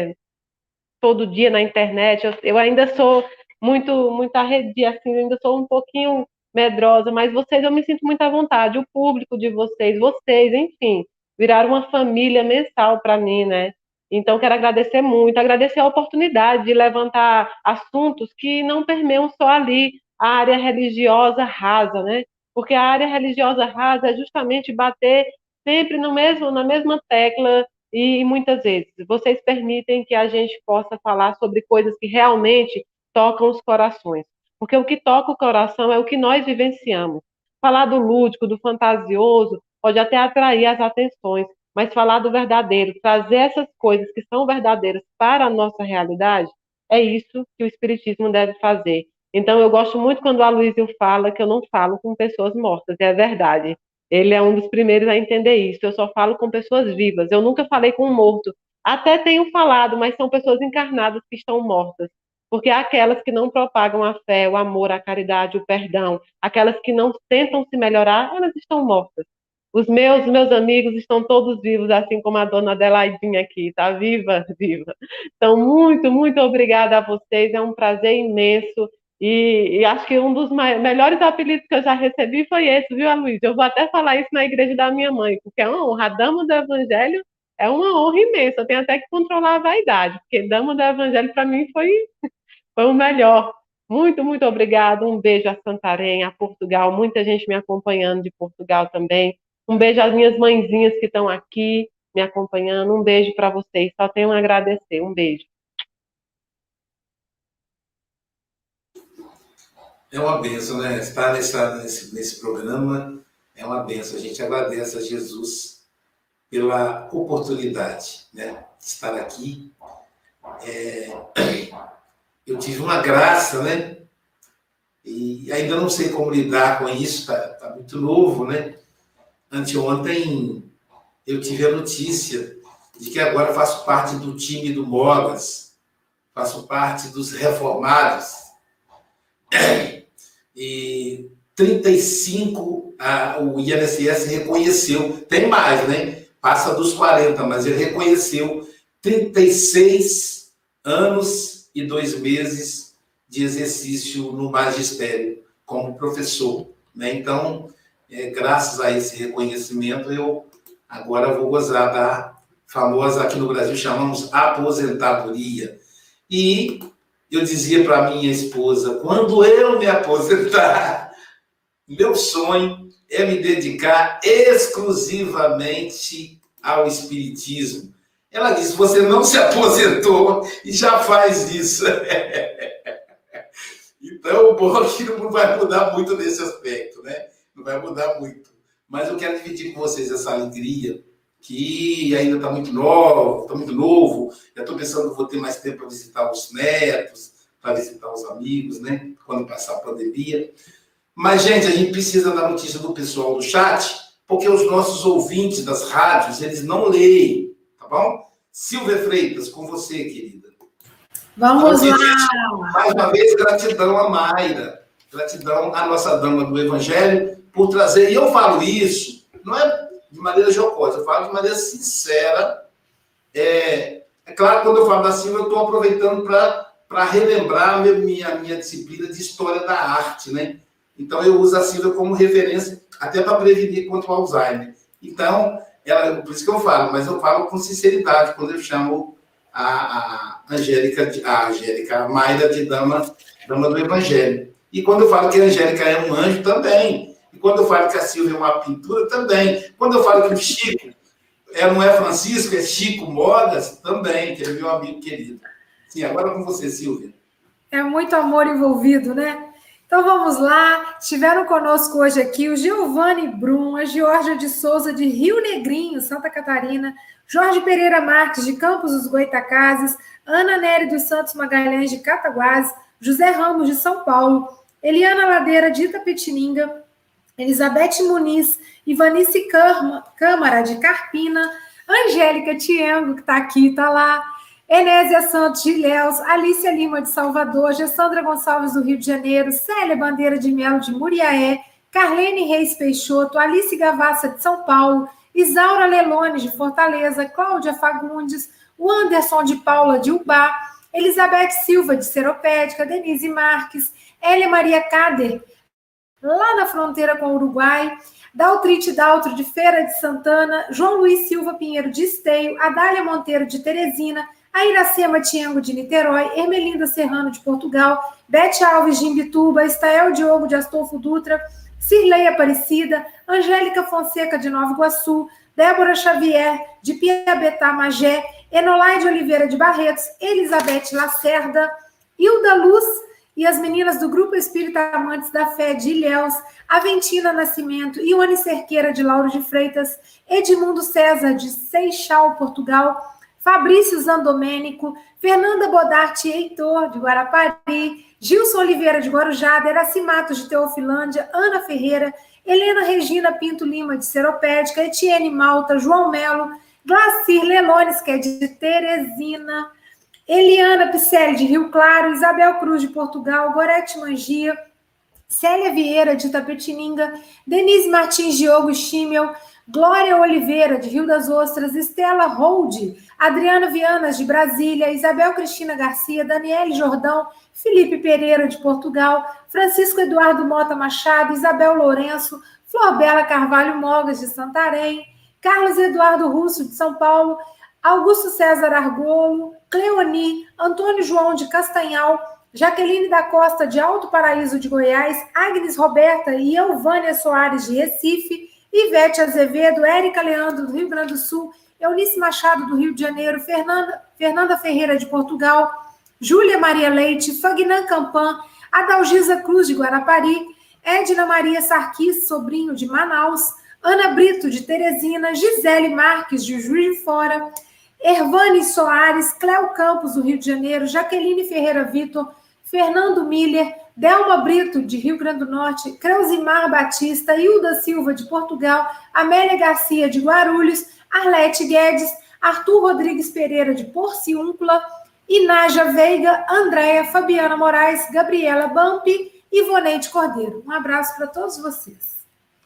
todo dia na internet. Eu ainda sou muito arredia, assim, eu ainda sou um pouquinho medrosa, mas vocês, eu me sinto muito à vontade. O público de vocês, enfim, viraram uma família mensal para mim, né? Então, quero agradecer muito, agradecer a oportunidade de levantar assuntos que não permeiam só ali a área religiosa rasa, né? Porque a área religiosa rasa é justamente bater sempre na mesma tecla e muitas vezes vocês permitem que a gente possa falar sobre coisas que realmente tocam os corações. Porque o que toca o coração é o que nós vivenciamos. Falar do lúdico, do fantasioso, pode até atrair as atenções, mas falar do verdadeiro, trazer essas coisas que são verdadeiras para a nossa realidade, é isso que o Espiritismo deve fazer. Então, eu gosto muito quando o Aloysio fala que eu não falo com pessoas mortas, é verdade. Ele é um dos primeiros a entender isso. Eu só falo com pessoas vivas. Eu nunca falei com um morto. Até tenho falado, mas são pessoas encarnadas que estão mortas. Porque aquelas que não propagam a fé, o amor, a caridade, o perdão, aquelas que não tentam se melhorar, elas estão mortas. Os meus amigos estão todos vivos, assim como a dona Adelaidinha aqui, tá viva, viva. Então, muito obrigada a vocês, é um prazer imenso. E acho que um dos melhores apelidos que eu já recebi foi esse, viu, Aloysio? Eu vou até falar isso na igreja da minha mãe, porque é uma honra. A dama do Evangelho é uma honra imensa. Eu tenho até que controlar a vaidade, porque dama do Evangelho, para mim, foi o melhor. Muito obrigada. Um beijo a Santarém, a Portugal. Muita gente me acompanhando de Portugal também. Um beijo às minhas mãezinhas que estão aqui me acompanhando. Um beijo para vocês. Só tenho a agradecer. Um beijo. É uma bênção, né? Estar nesse programa é uma bênção. A gente agradece a Jesus pela oportunidade, né, de estar aqui. Eu tive uma graça, né? E ainda não sei como lidar com isso, tá muito novo, né? Anteontem eu tive a notícia de que agora faço parte do time do Mogas, faço parte dos reformados. E 35 o INSS reconheceu, tem mais, né? Passa dos 40, mas ele reconheceu 36 anos e 2 meses de exercício no magistério como professor, né? Então, graças a esse reconhecimento, eu agora vou gozar da famosa, aqui no Brasil chamamos aposentadoria. E eu dizia para minha esposa, quando eu me aposentar, meu sonho é me dedicar exclusivamente ao espiritismo. Ela disse, você não se aposentou e já faz isso. Então, o bom é que não vai mudar muito nesse aspecto, né? Não vai mudar muito. Mas eu quero dividir com vocês essa alegria, que ainda está muito novo, já estou pensando que vou ter mais tempo para visitar os netos, para visitar os amigos, né? Quando passar a pandemia. Mas, gente, a gente precisa da notícia do pessoal do chat, porque os nossos ouvintes das rádios, eles não leem, tá bom? Silvia Freitas, com você, querida. Vamos lá! Mais uma vez, gratidão a Mayra, gratidão à nossa dama do Evangelho por trazer, e eu falo isso, não é de maneira jocosa, eu falo de maneira sincera. É claro que quando eu falo da Silvia, eu estou aproveitando para para relembrar a minha disciplina de História da Arte, né? Então, eu uso a Silvia como referência, até para prevenir contra o Alzheimer. Então, por isso que eu falo, mas eu falo com sinceridade quando eu chamo a Angélica, a Mayra de Dama do Evangelho. E quando eu falo que a Angélica é um anjo, também. E quando eu falo que a Silvia é uma pintura, também. Quando eu falo que o Chico não é Francisco, é Chico Modas, também, que é meu amigo querido. Sim, agora com você, Silvia. É muito amor envolvido, né? Então vamos lá. Estiveram conosco hoje aqui o Giovanni Brum, a Georgia de Souza de Rio Negrinho, Santa Catarina, Jorge Pereira Marques de Campos dos Goitacazes, Ana Nery dos Santos Magalhães de Cataguases, José Ramos de São Paulo, Eliana Ladeira de Itapetininga, Elizabeth Muniz, Ivanice Câmara de Carpina, Angélica Tiengo, que está aqui, está lá, Enésia Santos de Ilhéus, Alícia Lima de Salvador, Gessandra Gonçalves do Rio de Janeiro, Célia Bandeira de Melo de Muriaé, Carlene Reis Peixoto, Alice Gavassa de São Paulo, Isaura Lelone de Fortaleza, Cláudia Fagundes, o Anderson de Paula de Ubá, Elizabeth Silva de Seropédica, Denise Marques, Elia Maria Cader, lá na fronteira com o Uruguai, Daltrite Daltro de Feira de Santana, João Luiz Silva Pinheiro de Esteio, Adália Monteiro de Teresina, a Iracema Tiengo de Niterói, Ermelinda Serrano de Portugal, Bete Alves de Imbituba, Estael Diogo de Astolfo Dutra, Cirlei Aparecida, Angélica Fonseca de Nova Iguaçu, Débora Xavier de Piabetá Magé, Enolaide Oliveira de Barretos, Elizabeth Lacerda, Hilda Luz e as meninas do Grupo Espírita Amantes da Fé de Ilhéus, Aventina Nascimento, Ione Cerqueira de Lauro de Freitas, Edmundo César de Seixal, Portugal, Fabrício Zandomênico, Fernanda Bodarte Heitor, de Guarapari, Gilson Oliveira, de Guarujá, Deraci Matos, de Teofilândia, Ana Ferreira, Helena Regina Pinto Lima, de Seropédica, Etienne Malta, João Melo, Glacir Lelones, que é de Teresina, Eliana Picelli, de Rio Claro, Isabel Cruz, de Portugal, Gorete Mangia, Célia Vieira, de Itapetininga, Denise Martins Diogo Schimmel, Glória Oliveira, de Rio das Ostras, Estela Holde, Adriana Vianas, de Brasília, Isabel Cristina Garcia, Daniele Jordão, Felipe Pereira, de Portugal, Francisco Eduardo Mota Machado, Isabel Lourenço, Flor Bela Carvalho Mogas, de Santarém, Carlos Eduardo Russo, de São Paulo, Augusto César Argolo, Cleoni, Antônio João de Castanhal, Jaqueline da Costa, de Alto Paraíso de Goiás, Agnes Roberta e Elvânia Soares, de Recife, Ivete Azevedo, Érica Leandro, do Rio Grande do Sul, Eunice Machado, do Rio de Janeiro, Fernanda Ferreira, de Portugal, Júlia Maria Leite, Fagnan Campan, Adalgisa Cruz, de Guarapari, Edna Maria Sarquis, sobrinho, de Manaus, Ana Brito, de Teresina, Gisele Marques, de Juiz de Fora, Ervane Soares, Cléo Campos, do Rio de Janeiro, Jaqueline Ferreira Vitor, Fernando Miller, Delma Brito, de Rio Grande do Norte, Creusimar Batista, Hilda Silva, de Portugal, Amélia Garcia, de Guarulhos, Arlete Guedes, Arthur Rodrigues Pereira, de Porciúncula, Inája Veiga, Andréia, Fabiana Moraes, Gabriela Bampi e Ivonete Cordeiro. Um abraço para todos vocês.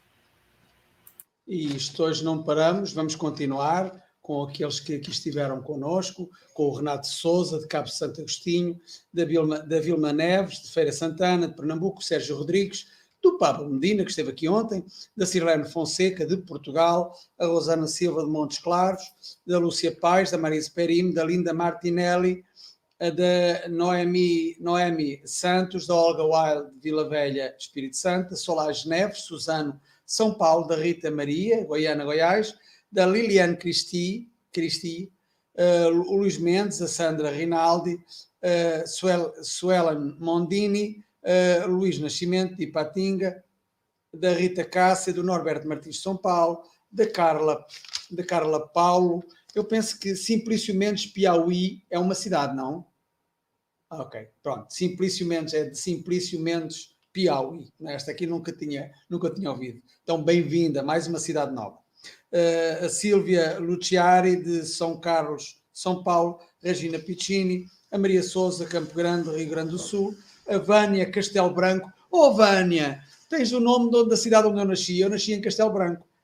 E isto hoje não paramos, vamos continuar com aqueles que aqui estiveram connosco, com o Renato Souza, de Cabo Santo Agostinho, da Vilma Neves, de Feira Santana, de Pernambuco, Sérgio Rodrigues, do Pablo Medina, que esteve aqui ontem, da Cirlene Fonseca, de Portugal, a Rosana Silva, de Montes Claros, da Lúcia Paz, da Marisa Perim, da Linda Martinelli, da Noemi Santos, da Olga Wild, de Vila Velha, Espírito Santo, da Solage Neves, Suzano, São Paulo, da Rita Maria, Goiânia, Goiás, da Liliane Cristi, o Luís Mendes, a Sandra Rinaldi, Suelen Mondini, Luís Nascimento, de Ipatinga, da Rita Cássia, do Norberto Martins de São Paulo, da Carla Paulo. Eu penso que Simplício Mendes, Piauí, é uma cidade, não? Ok, pronto. Simplício Mendes é de Simplício Mendes, Piauí. Esta aqui nunca tinha ouvido. Então, bem-vinda, mais uma cidade nova. A Sílvia Luciari, de São Carlos, São Paulo, Regina Piccini, a Maria Souza, Campo Grande, Rio Grande do Sul, a Vânia Castelo Branco. Oh, Vânia, tens o nome da cidade onde eu nasci em Castelo Branco.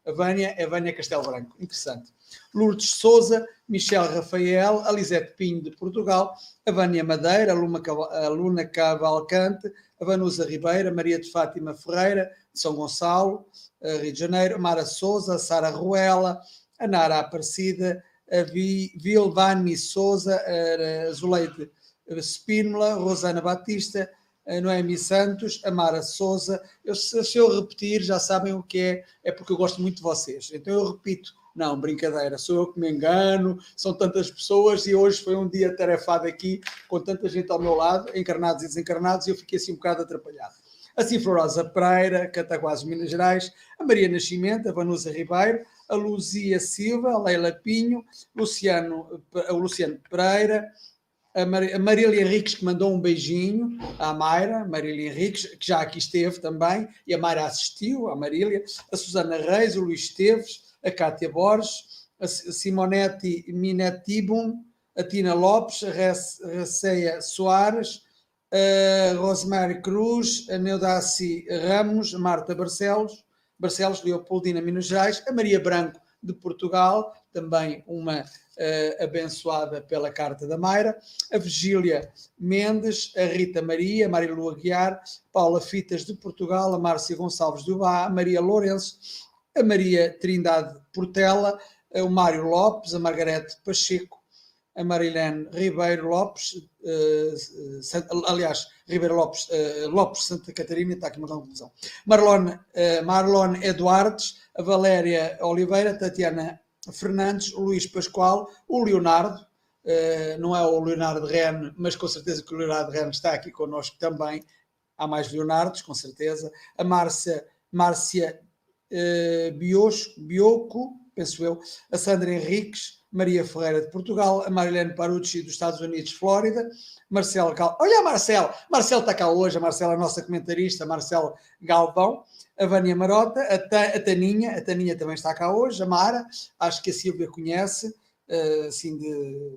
A Vânia Castelo Branco. Interessante. Lourdes Souza, Michel Rafael, a Lisete Pinho, de Portugal, a Vânia Madeira, a Luna Cavalcante, a Vanusa Ribeira, Maria de Fátima Ferreira, de São Gonçalo, Rio de Janeiro, a Mara Souza, a Sara Ruela, a Nara Aparecida, a Vilvani Souza, a Zuleide Spínola, Rosana Batista, a Noemi Santos, a Mara Souza. Se eu repetir, já sabem o que é porque eu gosto muito de vocês. Então eu repito. Não, brincadeira, sou eu que me engano, são tantas pessoas e hoje foi um dia tarefado aqui, com tanta gente ao meu lado, encarnados e desencarnados, e eu fiquei assim um bocado atrapalhado. A Cifrosa Pereira, Cataguases, Minas Gerais, a Maria Nascimento, a Vanusa Ribeiro, a Luzia Silva, a Leila Pinho, o Luciano Pereira, a Marília Henriques, que mandou um beijinho à Mayra, Marília Henriques, que já aqui esteve também, e a Mayra assistiu, a Marília, a Susana Reis, o Luís Esteves, a Cátia Borges, a Simonete Minetibum, a Tina Lopes, a Receia Soares, a Rosemary Cruz, a Neudaci Ramos, a Marta Barcelos, Leopoldina, Minas Gerais, a Maria Branco, de Portugal, também uma abençoada pela Carta da Mayra, a Virgília Mendes, a Rita Maria, a Maria Lua Guiar, Paula Fitas, de Portugal, a Márcia Gonçalves do Bá, a Maria Lourenço, a Maria Trindade Portela, o Mário Lopes, a Margarete Pacheco, a Marilene Ribeiro Lopes, Ribeiro Lopes Santa Catarina, está aqui uma conclusão. Marlone Eduardes, a Valéria Oliveira, a Tatiana Fernandes, o Luís Pascoal, o Leonardo, não é o Leonardo Rene, mas com certeza que o Leonardo Rene está aqui connosco também, há mais Leonardos, com certeza, a Márcia Bioco, penso eu, a Sandra Henriques, Maria Ferreira de Portugal, a Marilene Parucci dos Estados Unidos, Flórida, Marcelo Cal... Olha a Marcelo está cá hoje, a Marcela é a nossa comentarista, Marcelo Galvão, a Vânia Marota, a Taninha também está cá hoje, a Mara, acho que a Silvia conhece, assim de...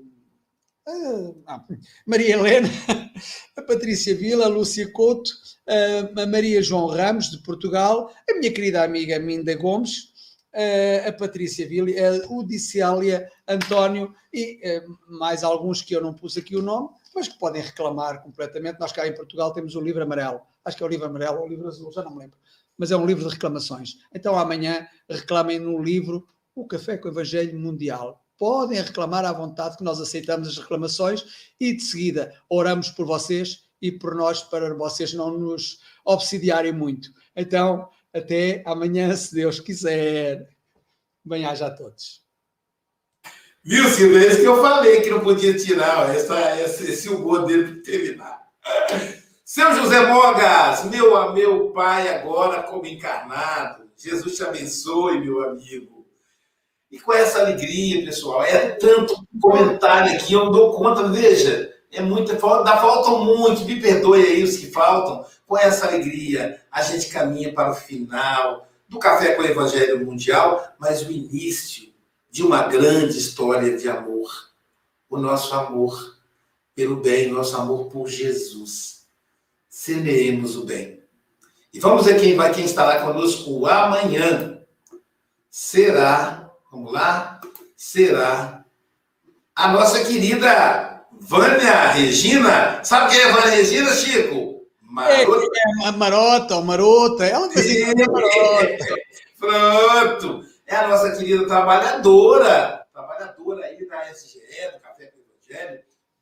Maria Helena, a Patrícia Vila, a Lúcia Couto, a Maria João Ramos, de Portugal, a minha querida amiga Minda Gomes, a Patrícia Vila, a Udicélia António e mais alguns que eu não pus aqui o nome, mas que podem reclamar completamente. Nós cá em Portugal temos o livro amarelo, acho que é o livro amarelo ou o livro azul, já não me lembro, mas é um livro de reclamações. Então amanhã reclamem no livro O Café com o Evangelho Mundial. Podem reclamar à vontade, que nós aceitamos as reclamações e de seguida oramos por vocês e por nós, para vocês não nos obsidiarem muito. Então, até amanhã, se Deus quiser. Bem-aja a todos. Viu, Silvio? É isso que eu falei, que não podia tirar esse humor dele para terminar. Seu José Mogas, meu pai agora como encarnado. Jesus te abençoe, meu amigo. E com essa alegria, pessoal, é tanto comentário aqui, eu não dou conta, veja, faltam muito, me perdoe aí os que faltam. Com essa alegria, a gente caminha para o final do Café com o Evangelho Mundial, mas o início de uma grande história de amor. O nosso amor pelo bem, nosso amor por Jesus. Semeemos o bem. E vamos ver quem estará conosco amanhã. Vamos lá, será a nossa querida Vânia Regina. Sabe quem é a Vânia Regina, Chico? Marota. Ela dizia que é Marota. Pronto. É a nossa querida trabalhadora aí da SGE, do Café com o Evangelho,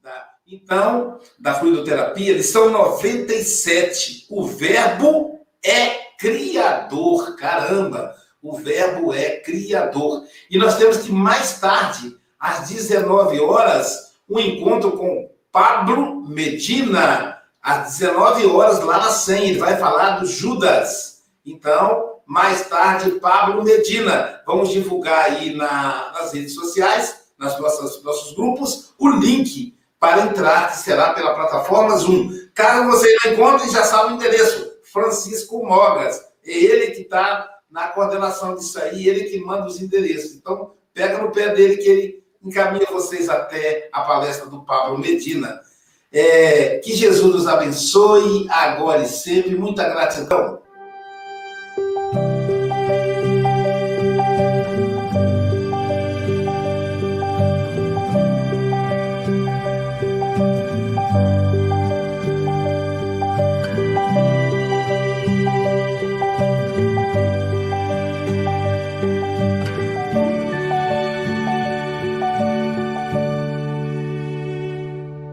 da fluidoterapia, lição 97. O verbo é criador. Caramba! O verbo é criador. E nós temos que, mais tarde, às 19 horas, um encontro com Pablo Medina. Às 19 horas, lá na 100, ele vai falar do Judas. Então, mais tarde, Pablo Medina. Vamos divulgar aí nas redes sociais, nossos grupos, o link para entrar, que será pela plataforma Zoom. Caso você não encontre, já sabe o endereço. Francisco Mogas. É ele que está na coordenação disso aí, ele que manda os endereços. Então, pega no pé dele que ele encaminha vocês até a palestra do Pablo Medina. Que Jesus nos abençoe, agora e sempre. Muita gratidão.